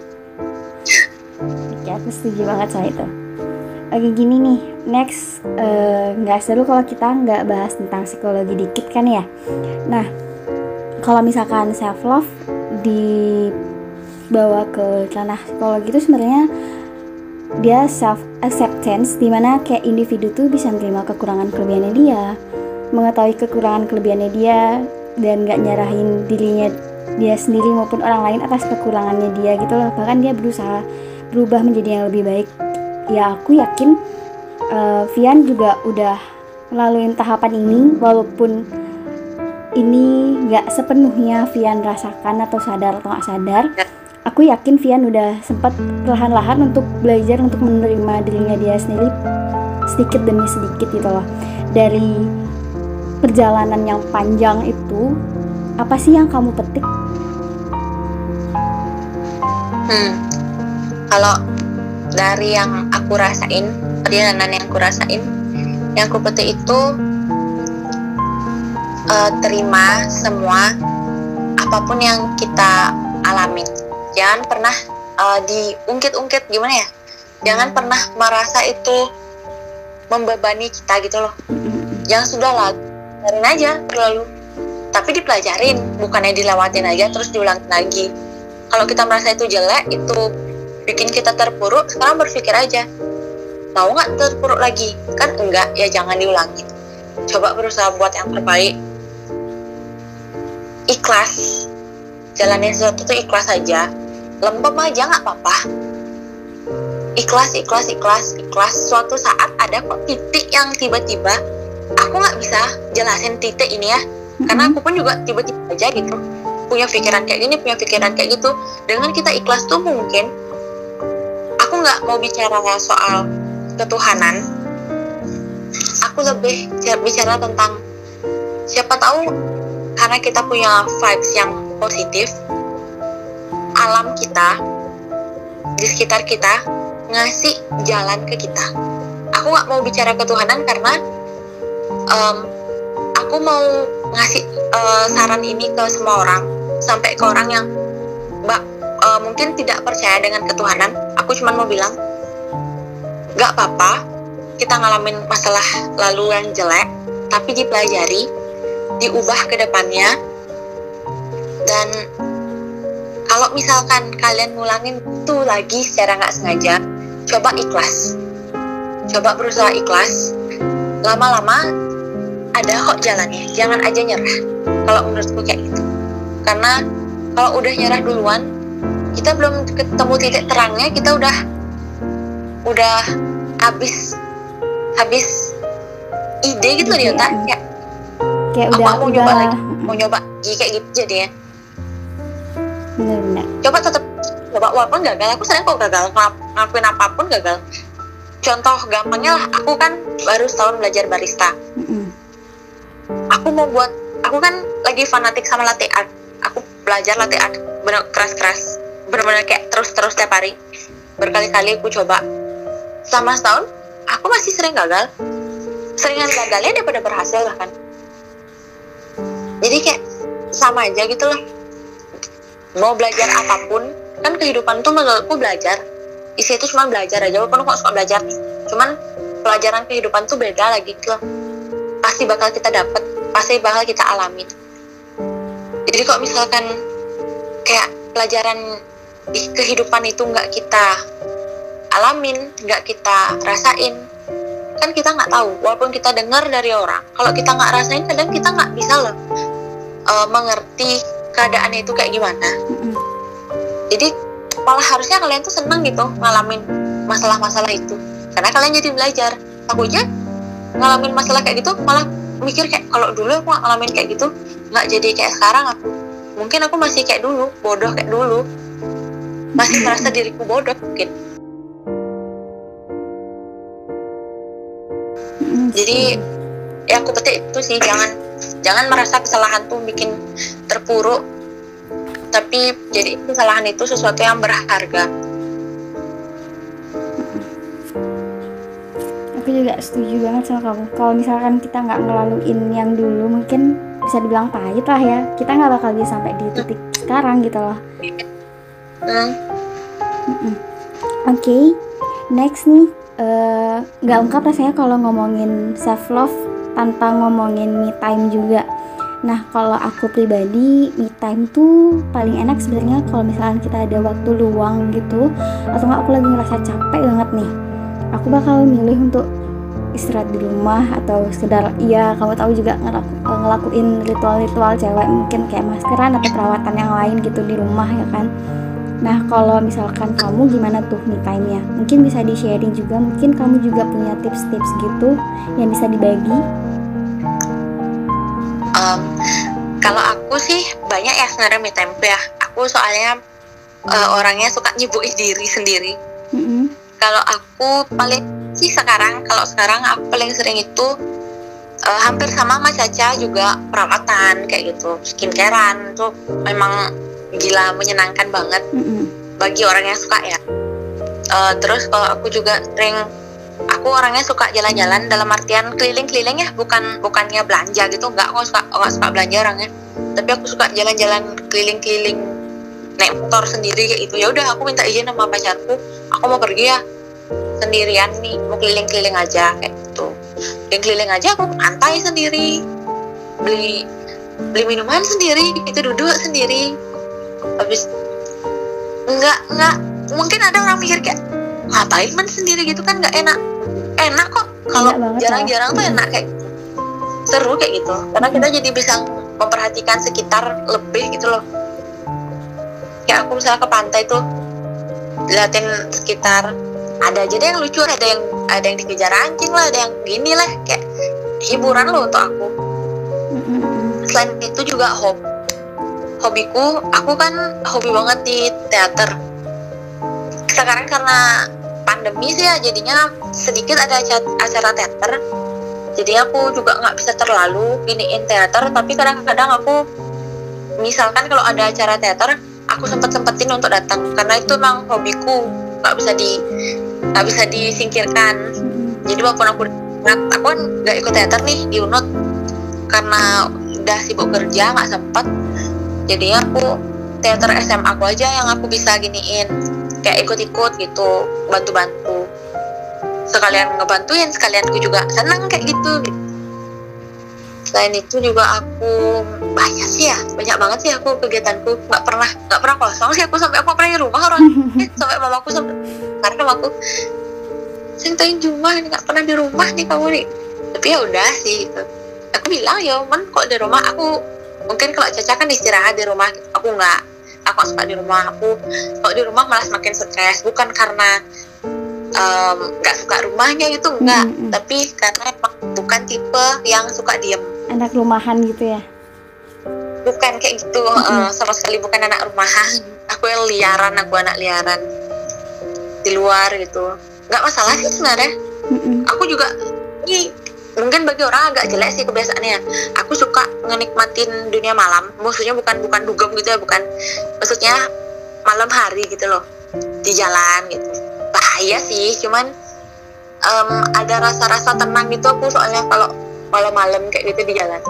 Oke, aku setuju banget sama itu. Oke, gini nih, next, nggak seru kalau kita nggak bahas tentang psikologi dikit kan ya. Nah, kalau misalkan self love dibawa ke ranah psikologi itu sebenarnya dia self acceptance, dimana kayak individu tuh bisa menerima kekurangan kelebihannya dia, mengetahui kekurangan kelebihannya dia, dan nggak nyarahin dirinya dia sendiri maupun orang lain atas kekurangannya dia gitu loh. Bahkan dia berusaha berubah menjadi yang lebih baik. Ya aku yakin Vian juga udah ngelaluin tahapan ini, walaupun ini nggak sepenuhnya Vian rasakan atau sadar atau nggak sadar. Aku yakin Vian udah sempat perlahan-lahan untuk belajar untuk menerima dirinya dia sendiri sedikit demi sedikit gitu loh. Dari perjalanan yang panjang itu, apa sih yang kamu petik? Kalau dari yang aku rasain, perjalanan yang aku rasain, yang aku petik itu terima semua apapun yang kita alamin. Jangan pernah diungkit-ungkit, gimana ya? Jangan pernah merasa itu membebani kita gitu loh. Yang sudah lah, biarin aja berlalu. Tapi dipelajarin, bukannya dilewatin aja terus diulangin lagi. Kalau kita merasa itu jelek, itu bikin kita terpuruk, sekarang berpikir aja, mau nggak terpuruk lagi? Kan enggak, ya jangan diulangi. Coba berusaha buat yang terbaik. Ikhlas, jalanin sesuatu itu ikhlas aja. Lempem aja nggak apa-apa. Ikhlas. Suatu saat ada kok titik yang tiba-tiba aku nggak bisa jelasin titik ini ya, karena aku pun juga tiba-tiba aja gitu punya pikiran kayak gini, punya pikiran kayak gitu. Dengan kita ikhlas tuh mungkin, aku nggak mau bicara soal ketuhanan, aku lebih bicara tentang siapa tahu karena kita punya vibes yang positif, alam kita di sekitar kita ngasih jalan ke kita. Aku nggak mau bicara ketuhanan karena aku mau ngasih saran ini ke semua orang, sampai ke orang yang mungkin tidak percaya dengan ketuhanan. Aku cuma mau bilang, nggak apa-apa kita ngalamin masalah lalu yang jelek, tapi dipelajari, diubah ke depannya. Dan kalau misalkan kalian ngulangin itu lagi secara nggak sengaja, coba ikhlas, coba berusaha ikhlas. Lama-lama ada kok jalannya, jangan aja nyerah. Kalau menurutku kayak gitu, karena kalau udah nyerah duluan, kita belum ketemu titik terangnya, kita udah habis ide gitu di otak, kayak udah nyoba lagi, mau nyoba lagi kayak gitu jadinya. Benar. Coba tetap coba, walaupun gagal. Aku sering kok gagal, ngelakuin apapun gagal. Contoh gampangnya lah, aku kan baru setahun belajar barista. Aku kan lagi fanatik sama latte art. Aku belajar latte art bener keras, bener-bener kayak terus tiap hari. Berkali-kali aku coba. Selama setahun, aku masih sering gagal. Seringan gagalnya daripada berhasil bahkan. Jadi kayak sama aja gitu loh. Mau belajar apapun, kan kehidupan tuh menurutku belajar. Isi itu cuma belajar aja, walaupun aku suka belajar nih. Cuman pelajaran kehidupan tuh beda lagi gitu loh. Pasti bakal kita dapat, pasti bakal kita alamin. Jadi kok misalkan kayak pelajaran di kehidupan itu nggak kita alamin, nggak kita rasain, kan kita nggak tahu. Walaupun kita dengar dari orang, kalau kita nggak rasain, kadang kita nggak bisa loh mengerti keadaannya itu kayak gimana. Jadi malah harusnya kalian tuh seneng gitu ngalamin masalah-masalah itu, karena kalian jadi belajar. Aku aja ngalamin masalah kayak gitu malah mikir kayak, kalau dulu aku ngalamin kayak gitu nggak jadi kayak sekarang aku. Mungkin aku masih kayak dulu, bodoh kayak dulu. masih merasa diriku bodoh mungkin. Jadi ya aku petik itu sih, jangan merasa kesalahan tuh bikin terpuruk, tapi jadi kesalahan itu sesuatu yang berharga. Aku juga setuju banget sama kamu. Kalau misalkan kita nggak ngelaluin yang dulu, mungkin bisa dibilang pahit lah ya, kita nggak bakal bisa sampai di titik sekarang gitu loh. Oke, next nih, nggak ungkap rasanya kalau ngomongin self love tanpa ngomongin me time juga. Nah, kalau aku pribadi, me time tuh paling enak sebenarnya kalau misalkan kita ada waktu luang gitu, atau nggak aku lagi ngerasa capek banget nih, aku bakal milih untuk istirahat di rumah, atau sekedar ya kamu tahu juga ngelakuin ritual-ritual cewek, mungkin kayak maskeran atau perawatan yang lain gitu di rumah ya kan. Nah, kalau misalkan kamu gimana tuh me time-nya? Mungkin bisa di-sharing juga, mungkin kamu juga punya tips-tips gitu yang bisa dibagi. Kalau aku sih banyak ya sebenarnya me time ya. Aku soalnya orangnya suka nyibukin diri sendiri. Kalau aku paling sih sekarang aku paling sering itu hampir sama Caca juga perawatan kayak gitu, skincarean tuh memang gila menyenangkan banget bagi orang yang suka ya. Terus kalau aku juga aku orangnya suka jalan-jalan, dalam artian keliling-keliling ya, bukannya belanja gitu, nggak suka belanja orangnya, tapi aku suka jalan-jalan keliling-keliling naik motor sendiri kayak gitu. Ya udah, aku minta izin sama pacarku, aku mau pergi ya sendirian nih, mau keliling-keliling aja kayak gitu. Keliling-keliling aja, aku ke pantai sendiri, beli minuman sendiri, itu duduk sendiri. Habis nggak mungkin ada orang mikir kayak ngapain sendiri gitu kan, nggak enak kok. Kalau jarang-jarang tuh enak kayak gitu. Seru kayak gitu, karena kita jadi bisa memperhatikan sekitar lebih gitu loh. Kayak aku misalnya ke pantai tuh liatin sekitar, ada aja deh yang lucu, ada yang dikejar anjing lah, ada yang gini lah, kayak hiburan loh untuk aku. Selain itu juga hobiku, aku kan hobi banget di teater. Sekarang karena pandemi sih ya, jadinya sedikit ada acara teater, jadi aku juga nggak bisa terlalu giniin teater, tapi kadang-kadang aku misalkan kalau ada acara teater, aku sempetin untuk datang, karena itu emang hobiku, nggak bisa disingkirkan. Jadi walaupun aku kan nggak ikut teater nih di UNUT karena udah sibuk kerja nggak sempet, jadinya aku teater SMA aku aja yang aku bisa giniin, kayak ikut-ikut gitu, bantu-bantu, sekalian ngebantuin, sekalian aku juga senang kayak gitu. Selain itu juga aku banyak banget sih aku kegiatanku, nggak pernah kosong sih aku, sampai aku pernah di rumah orang sampai mamaku karena mamaku sintain Juma ini nggak pernah di rumah nih kamu nih. Tapi ya udah sih gitu. Aku bilang ya kok di rumah aku, mungkin kalau Caca kan istirahat di rumah gitu. Aku nggak suka di rumah. Aku kalau di rumah malah semakin stres, bukan karena nggak suka rumahnya gitu, enggak, tapi karena emang bukan tipe yang suka diem, anak rumahan gitu ya. Bukan kayak gitu, sama sekali bukan anak rumahan. Aku yang liaran, aku anak liaran di luar gitu. Nggak masalah sih sebenarnya. Aku juga, ini mungkin bagi orang agak jelek sih kebiasaannya. Aku suka ngenikmatin dunia malam. Maksudnya bukan dugem gitu ya, bukan. Maksudnya malam hari gitu loh, di jalan gitu. Bahaya sih, cuman ada rasa-rasa tenang gitu aku soalnya kalau malam-malam kayak gitu di jalan.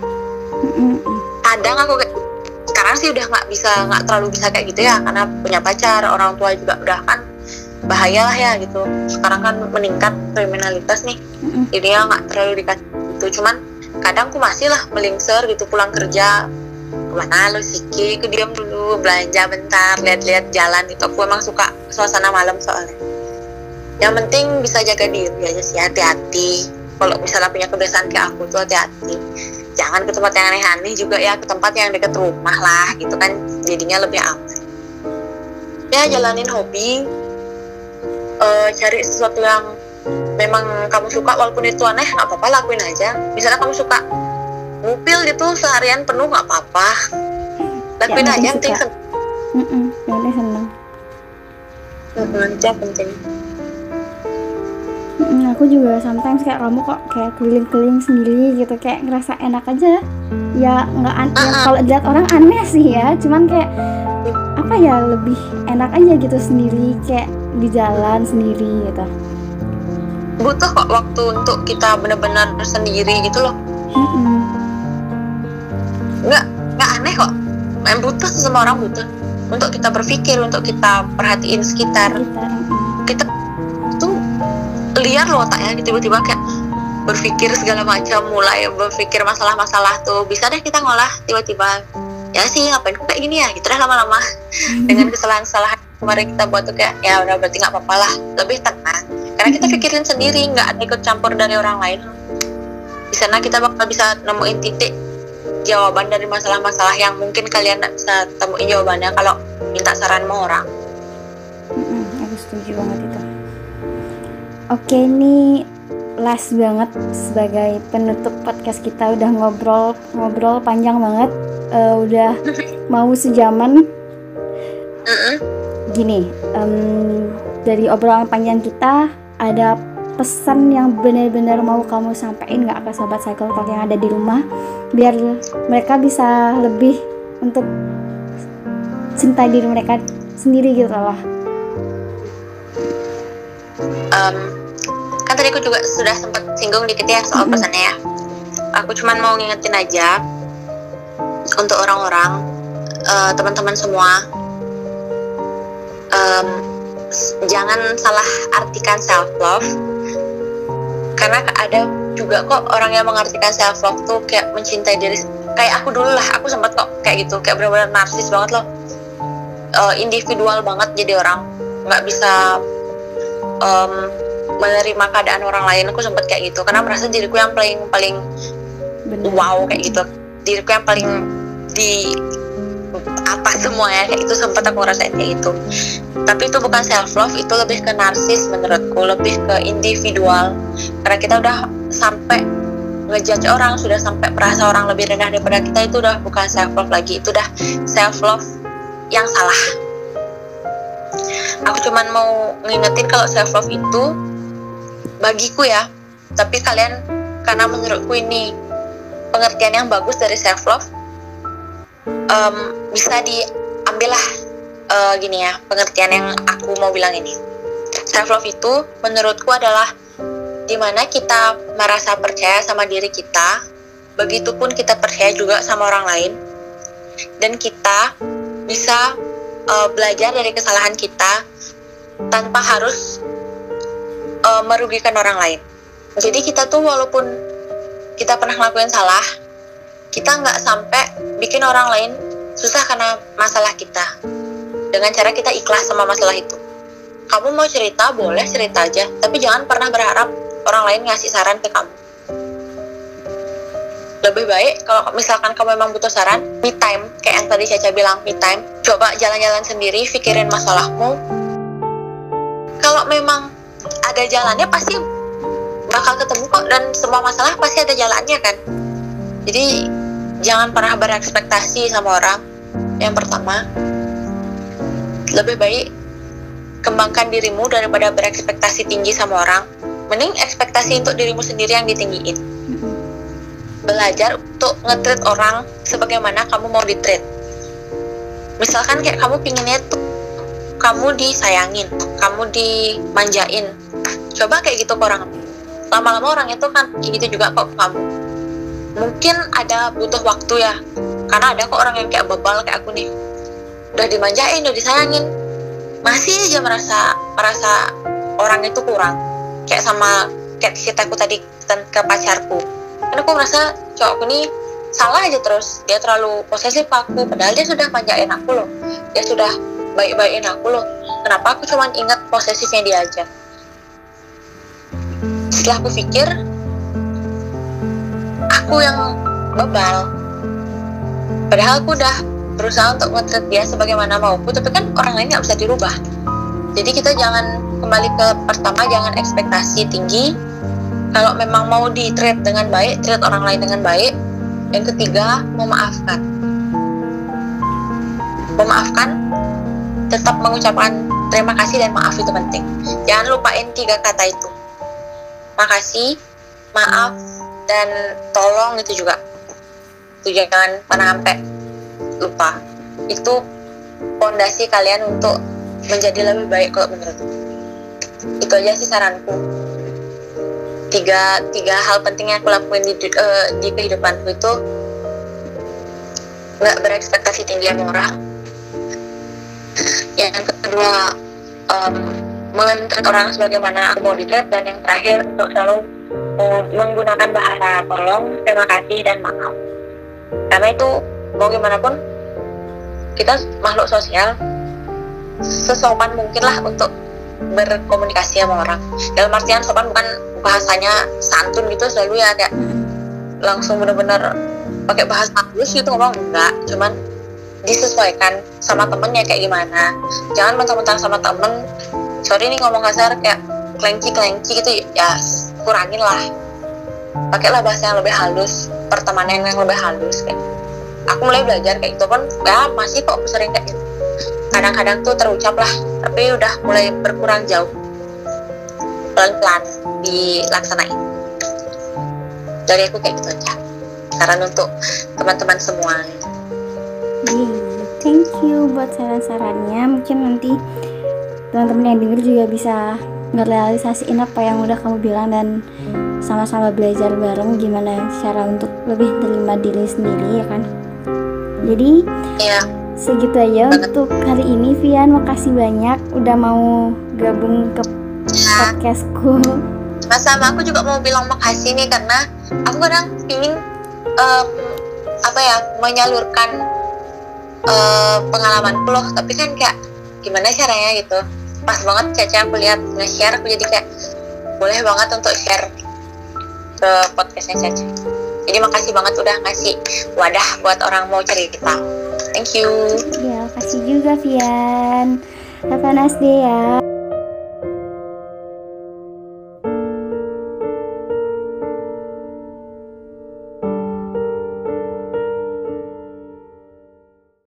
Kadang aku kayak, sekarang sih udah nggak terlalu bisa kayak gitu ya, karena punya pacar, orang tua juga udah kan bahaya lah ya gitu. Sekarang kan meningkat kriminalitas nih, jadi ya nggak terlalu dikasih gitu. Cuman kadang aku masih lah melingser gitu, pulang kerja kemana lo Siki, aku diam dulu, belanja bentar, lihat-lihat jalan gitu. Aku emang suka suasana malam soalnya. Yang penting bisa jaga diri aja sih, hati-hati. Kalau misalnya punya kebiasaan kayak aku tuh hati-hati, jangan ke tempat yang aneh-aneh juga ya, ke tempat yang dekat rumah lah gitu kan, jadinya lebih aman. Ya jalanin hobi, cari sesuatu yang memang kamu suka, walaupun itu aneh nggak apa-apa, lakuin aja. Misalnya kamu suka ngupil gitu seharian penuh nggak apa-apa, lakuin aja, yang penting seneng. Itu yang penting. Aku juga sometimes kayak kamu kok kayak keliling-keliling sendiri gitu, kayak ngerasa enak aja ya, nggak ya, kalau dilihat orang aneh sih ya, cuman kayak apa ya, lebih enak aja gitu sendiri, kayak di jalan sendiri gitu. Butuh kok waktu untuk kita benar-benar sendiri gitu loh. Nggak aneh kok, butuh, semua orang butuh untuk kita berpikir, untuk kita perhatiin sekitar kita tuh liar loh otaknya, tiba-tiba kayak berpikir segala macam, mulai berpikir masalah-masalah tuh bisa deh kita ngolah tiba-tiba, ya sih ngapain kok kayak gini ya gitu deh lama-lama. Dengan kesalahan-kesalahan kemarin kita buat tuh kayak ya udah berarti nggak apa-apa lah, lebih tenang karena kita pikirin sendiri, nggak ada ikut campur dari orang lain. Di sana kita bakal bisa nemuin titik jawaban dari masalah-masalah yang mungkin kalian nggak bisa temuin jawabannya kalau minta saran sama orang. Aku setuju banget itu. Oke, ini last banget sebagai penutup podcast kita, udah ngobrol panjang banget, udah mau sejaman. Gini, dari obrolan panjang kita ada pesan yang benar-benar mau kamu sampaikan nggak ke sobat Cycle Talk yang ada di rumah, biar mereka bisa lebih untuk cinta diri mereka sendiri gitu loh. Kan tadi aku juga sudah sempat singgung dikit ya soal pesannya ya. Aku cuman mau ngingetin aja untuk orang-orang, teman-teman semua, jangan salah artikan self love, karena ada juga kok orang yang mengartikan self love tuh kayak mencintai diri. Kayak aku dulu lah, aku sempat kok kayak gitu, kayak benar-benar narsis banget loh, individual banget, jadi orang nggak bisa menerima keadaan orang lain. Aku sempat kayak gitu karena merasa diriku yang paling wow kayak gitu, diriku yang paling di atas semuanya kayak itu. Sempat aku ngerasain kayak gitu, tapi itu bukan self love, itu lebih ke narsis menurutku, lebih ke individual. Karena kita udah sampai ngejudge orang, sudah sampai merasa orang lebih rendah daripada kita, itu udah bukan self love lagi, itu udah self love yang salah. Aku cuman mau ngingetin kalau self love itu bagiku ya, tapi kalian, karena menurutku ini pengertian yang bagus dari self love, bisa diambillah gini ya, pengertian yang aku mau bilang ini. Self love itu menurutku adalah dimana kita merasa percaya sama diri kita, begitupun kita percaya juga sama orang lain, dan kita bisa belajar dari kesalahan kita tanpa harus merugikan orang lain. Jadi kita tuh walaupun kita pernah ngelakuin salah, kita nggak sampai bikin orang lain susah karena masalah kita, dengan cara kita ikhlas sama masalah itu. Kamu mau cerita, boleh cerita aja, tapi jangan pernah berharap orang lain ngasih saran ke kamu. Lebih baik kalau misalkan kamu memang butuh saran, me time, kayak yang tadi Caca bilang, me time. Coba jalan-jalan sendiri, pikirin masalahmu. Kalau memang ada jalannya pasti bakal ketemu kok, dan semua masalah pasti ada jalannya kan. Jadi jangan pernah berekspektasi sama orang. Yang pertama, lebih baik kembangkan dirimu daripada berekspektasi tinggi sama orang. Mending ekspektasi untuk dirimu sendiri yang ditinggiin. Belajar untuk nge-treat orang sebagaimana kamu mau di-treat. Misalkan kayak kamu pinginnya tuh kamu disayangin, kamu dimanjain, coba kayak gitu ke orang. Lama-lama orang itu kan kayak gitu juga kok ke kamu. Mungkin ada butuh waktu ya, karena ada kok orang yang kayak bebal kayak aku nih, udah dimanjain, udah disayangin, masih aja merasa orang itu kurang. Kayak sama kayak ceritaku tadi ke pacarku, karena aku merasa cowokku nih salah aja terus, dia terlalu posesif aku, padahal dia sudah manjain aku loh, dia sudah baik-baikin aku loh, kenapa aku cuma ingat posesifnya dia aja. Setelah aku pikir, aku yang bebal, padahal aku udah berusaha untuk nge-treat dia sebagaimana mauku, tapi kan orang lain gak bisa dirubah. Jadi kita jangan, kembali ke pertama, jangan ekspektasi tinggi. Kalau memang mau di-treat dengan baik, treat orang lain dengan baik. Yang ketiga, memaafkan, tetap mengucapkan terima kasih dan maaf itu penting. Jangan lupain 3 kata itu. Makasih, maaf, dan tolong itu juga. Itu jangan pernah sampai lupa. Itu fondasi kalian untuk menjadi lebih baik kalau menurutku. Itu aja sih saranku. Tiga hal penting yang aku lakuin di kehidupanku itu: nggak berekspektasi tinggi sama orang. Yang kedua, mengenal orang sebagaimana aku mau di-treat. Dan yang terakhir, untuk selalu menggunakan bahasa tolong, terima kasih, dan maaf. Karena itu mau gimana pun kita makhluk sosial, sesopan mungkin lah untuk berkomunikasi sama orang. Dalam artian sopan bukan bahasanya santun gitu selalu ya, kayak langsung bener-bener pakai bahasa halus gitu ngomong, enggak. Cuman disesuaikan sama temennya kayak gimana. Jangan mentang-mentang sama temen, sorry nih ngomong kasar, kayak kelengki gitu ya, kurangin lah. Pakailah bahasa yang lebih halus, pertemanan yang lebih halus kayak. Aku mulai belajar kayak gitu pun ya masih kok sering kayak gitu. Kadang-kadang tuh terucap lah, tapi udah mulai berkurang jauh. Pelan-pelan dilaksanain. Dari aku kayak gitu aja. Saran untuk teman-teman semua. Thank you buat saran-sarannya. Mungkin nanti teman-teman yang denger juga bisa ngerealisasiin apa yang udah kamu bilang, dan sama-sama belajar bareng gimana cara untuk lebih terima diri sendiri, ya kan? Jadi segitu aja untuk kali ini, Vian. Makasih banyak udah mau gabung ke podcastku. Sama aku juga mau bilang makasih nih, karena aku kadang ingin menyalurkan pengalamanku loh, tapi kan kayak gimana caranya gitu. Pas banget Caca aku lihat nge-share, aku jadi kayak boleh banget untuk share ke podcastnya Caca. Jadi makasih banget udah ngasih wadah buat orang mau cerita. Thank you. Ya, kasih juga Vian. Have a nice day ya.